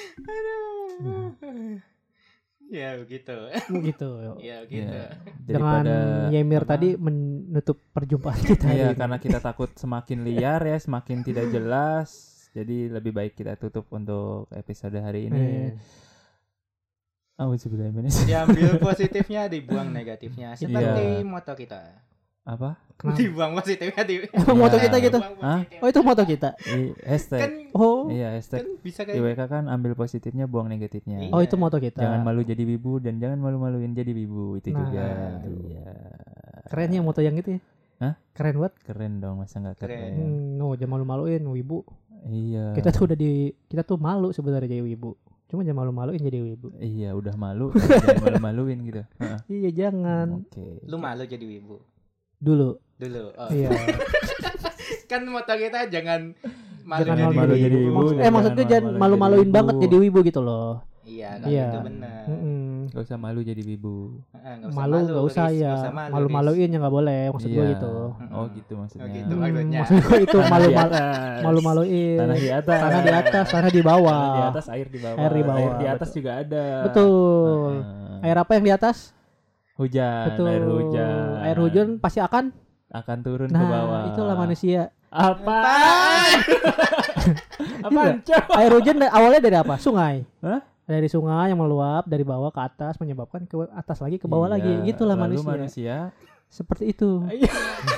Ya begitu. Begitu. Ya begitu. Iya. Dengan Daripada Yemir apa? tadi menutup perjumpaan kita. Iya hari ini. karena kita takut semakin liar ya, semakin tidak jelas. Jadi lebih baik kita tutup untuk episode hari ini. Eh, Oh sebenarnya Diambil positifnya, dibuang negatifnya. Seperti Iya. moto kita. apa? kenapa? Dibuang positifnya, di. Emang moto kita gitu? Dibuang Hah? positif. Oh, itu moto kita. I, hashtag. Kan Oh. Iya hashtag. kan bisa I W kayak K kan ambil positifnya, buang negatifnya. Iya. Oh, itu moto kita. Jangan malu jadi wibu dan jangan malu-maluin jadi wibu itu Nah, juga. itu. Iya. Keren ya moto yang itu ya. Hah? Keren banget. Keren dong, masa nggak keren? Keren. Hmm, no, jangan malu-maluin wibu. Iya. Kita tuh udah di kita tuh malu sebenarnya jadi wibu. Cuma jangan malu-maluin jadi wibu. Iya udah malu, jangan malu-maluin gitu. Heeh. Iya, jangan. Oke. lu malu jadi wibu Dulu. dulu. Oh. Iya. Kan moto kita jangan malu Jangan jadi malu wibu. jadi wibu. Maksud- eh Jangan maksudnya jangan malu-maluin malu-maluin jadi banget wibu. jadi wibu gitu loh. Iya, kalau Iya. itu benar. Mm-mm. Gak usah malu jadi wibu. Heeh, nggak usah Malu nggak usah Riz, ya. nggak usah malu, Malu-maluin ya nggak boleh. Maksud gue Iya. gitu. Oh gitu maksudnya. Oh, gitu. Hmm, maksudnya. maksud gue itu Tanah malu di malu atas. malu-maluin. Tanah di atas. Tanah di atas, tanah di bawah. Tanah di atas, air di bawah. Air di bawah, Air di atas betul. juga ada. Betul. Heeh. Air apa yang di atas? Hujan. Betul. Air hujan. Air hujan pasti akan. akan turun ke Nah, bawah. itulah manusia. Apaan? Apaan? Cok? Air hujan da- awalnya dari apa? Sungai. Hah? Dari sungai yang meluap dari bawah ke atas menyebabkan ke atas lagi ke bawah Iya, lagi. Gitulah lalu manusia. manusia Seperti itu. Iya.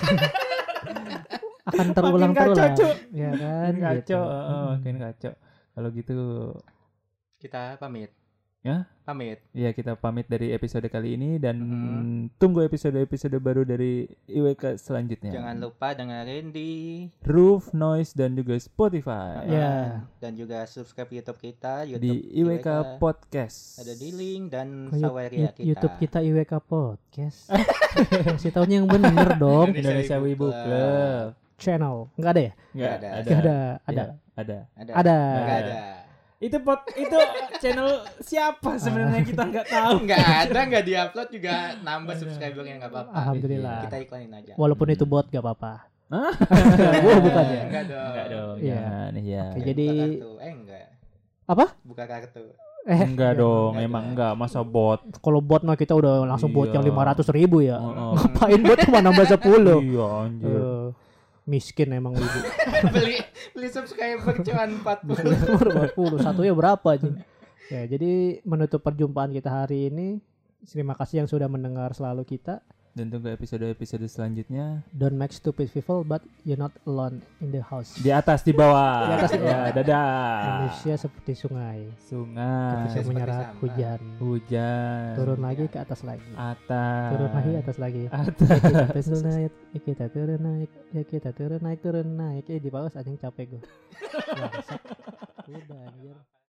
Akan terulang Makin kacau, terulang. Cuk. Ya kan? makin Gitu. kacau, heeh, Mm. makin kacau. Kalau gitu Kita pamit. Ya? Pamit. ya kita pamit dari episode kali ini dan Mhm. tunggu episode-episode baru dari I W K selanjutnya. Jangan lupa dengerin di Roof, Noise dan juga Spotify. Ya. dan juga subscribe YouTube kita, Di YouTube I W K Podcast. ada di link dan Oh, Yu- Saweria Yu- kita. YouTube kita I W K Podcast. Kasih taunya yang bener dong. Indonesia Wibu Club. Channel. Enggak ada ya? Enggak ada. Enggak ada. Ada. Ya, ada. Ada. Ada. Nggak ada. Itu pot itu channel siapa sebenarnya kita nggak tahu. Enggak ada, enggak diupload juga nambah subscribernya enggak apa-apa. Alhamdulillah. Kita iklanin aja. Walaupun itu bot gak apa-apa. Hah? Gua bukan ya. Enggak dong. Enggak dong. Iya. Jangan, iya. Oke, jadi Buka kartu. Eh enggak. apa? Buka kartu. Eh, Enggak dong, Enggak emang ada. enggak masa bot. kalau bot mah kita udah langsung bot Iya. yang lima ratus ribu ya. Oh, oh. Ngapain bot cuma nambah sepuluh? Iya anjir. Eh, miskin emang ibu. beli beli subscriber cuma empat puluh. empat puluh satunya berapa aja? Ya, jadi menutup perjumpaan kita hari ini. Terima kasih yang sudah mendengar selalu kita. Dan tunggu episode-episode selanjutnya. Don't make stupid people, but you're not alone in the house. Di atas, di bawah. Di atas, di bawah. Ya, dadah. Manusia seperti sungai. Sungai. Ketika menyerah sama. hujan. Hujan. Turun lagi ke atas lagi. Atas. Turun lagi atas lagi. Atas. Ya kita turun naik, ya kita turun naik, ya kita turun naik, turun naik. Eh di bawah anjing capek gue. Udah anjir.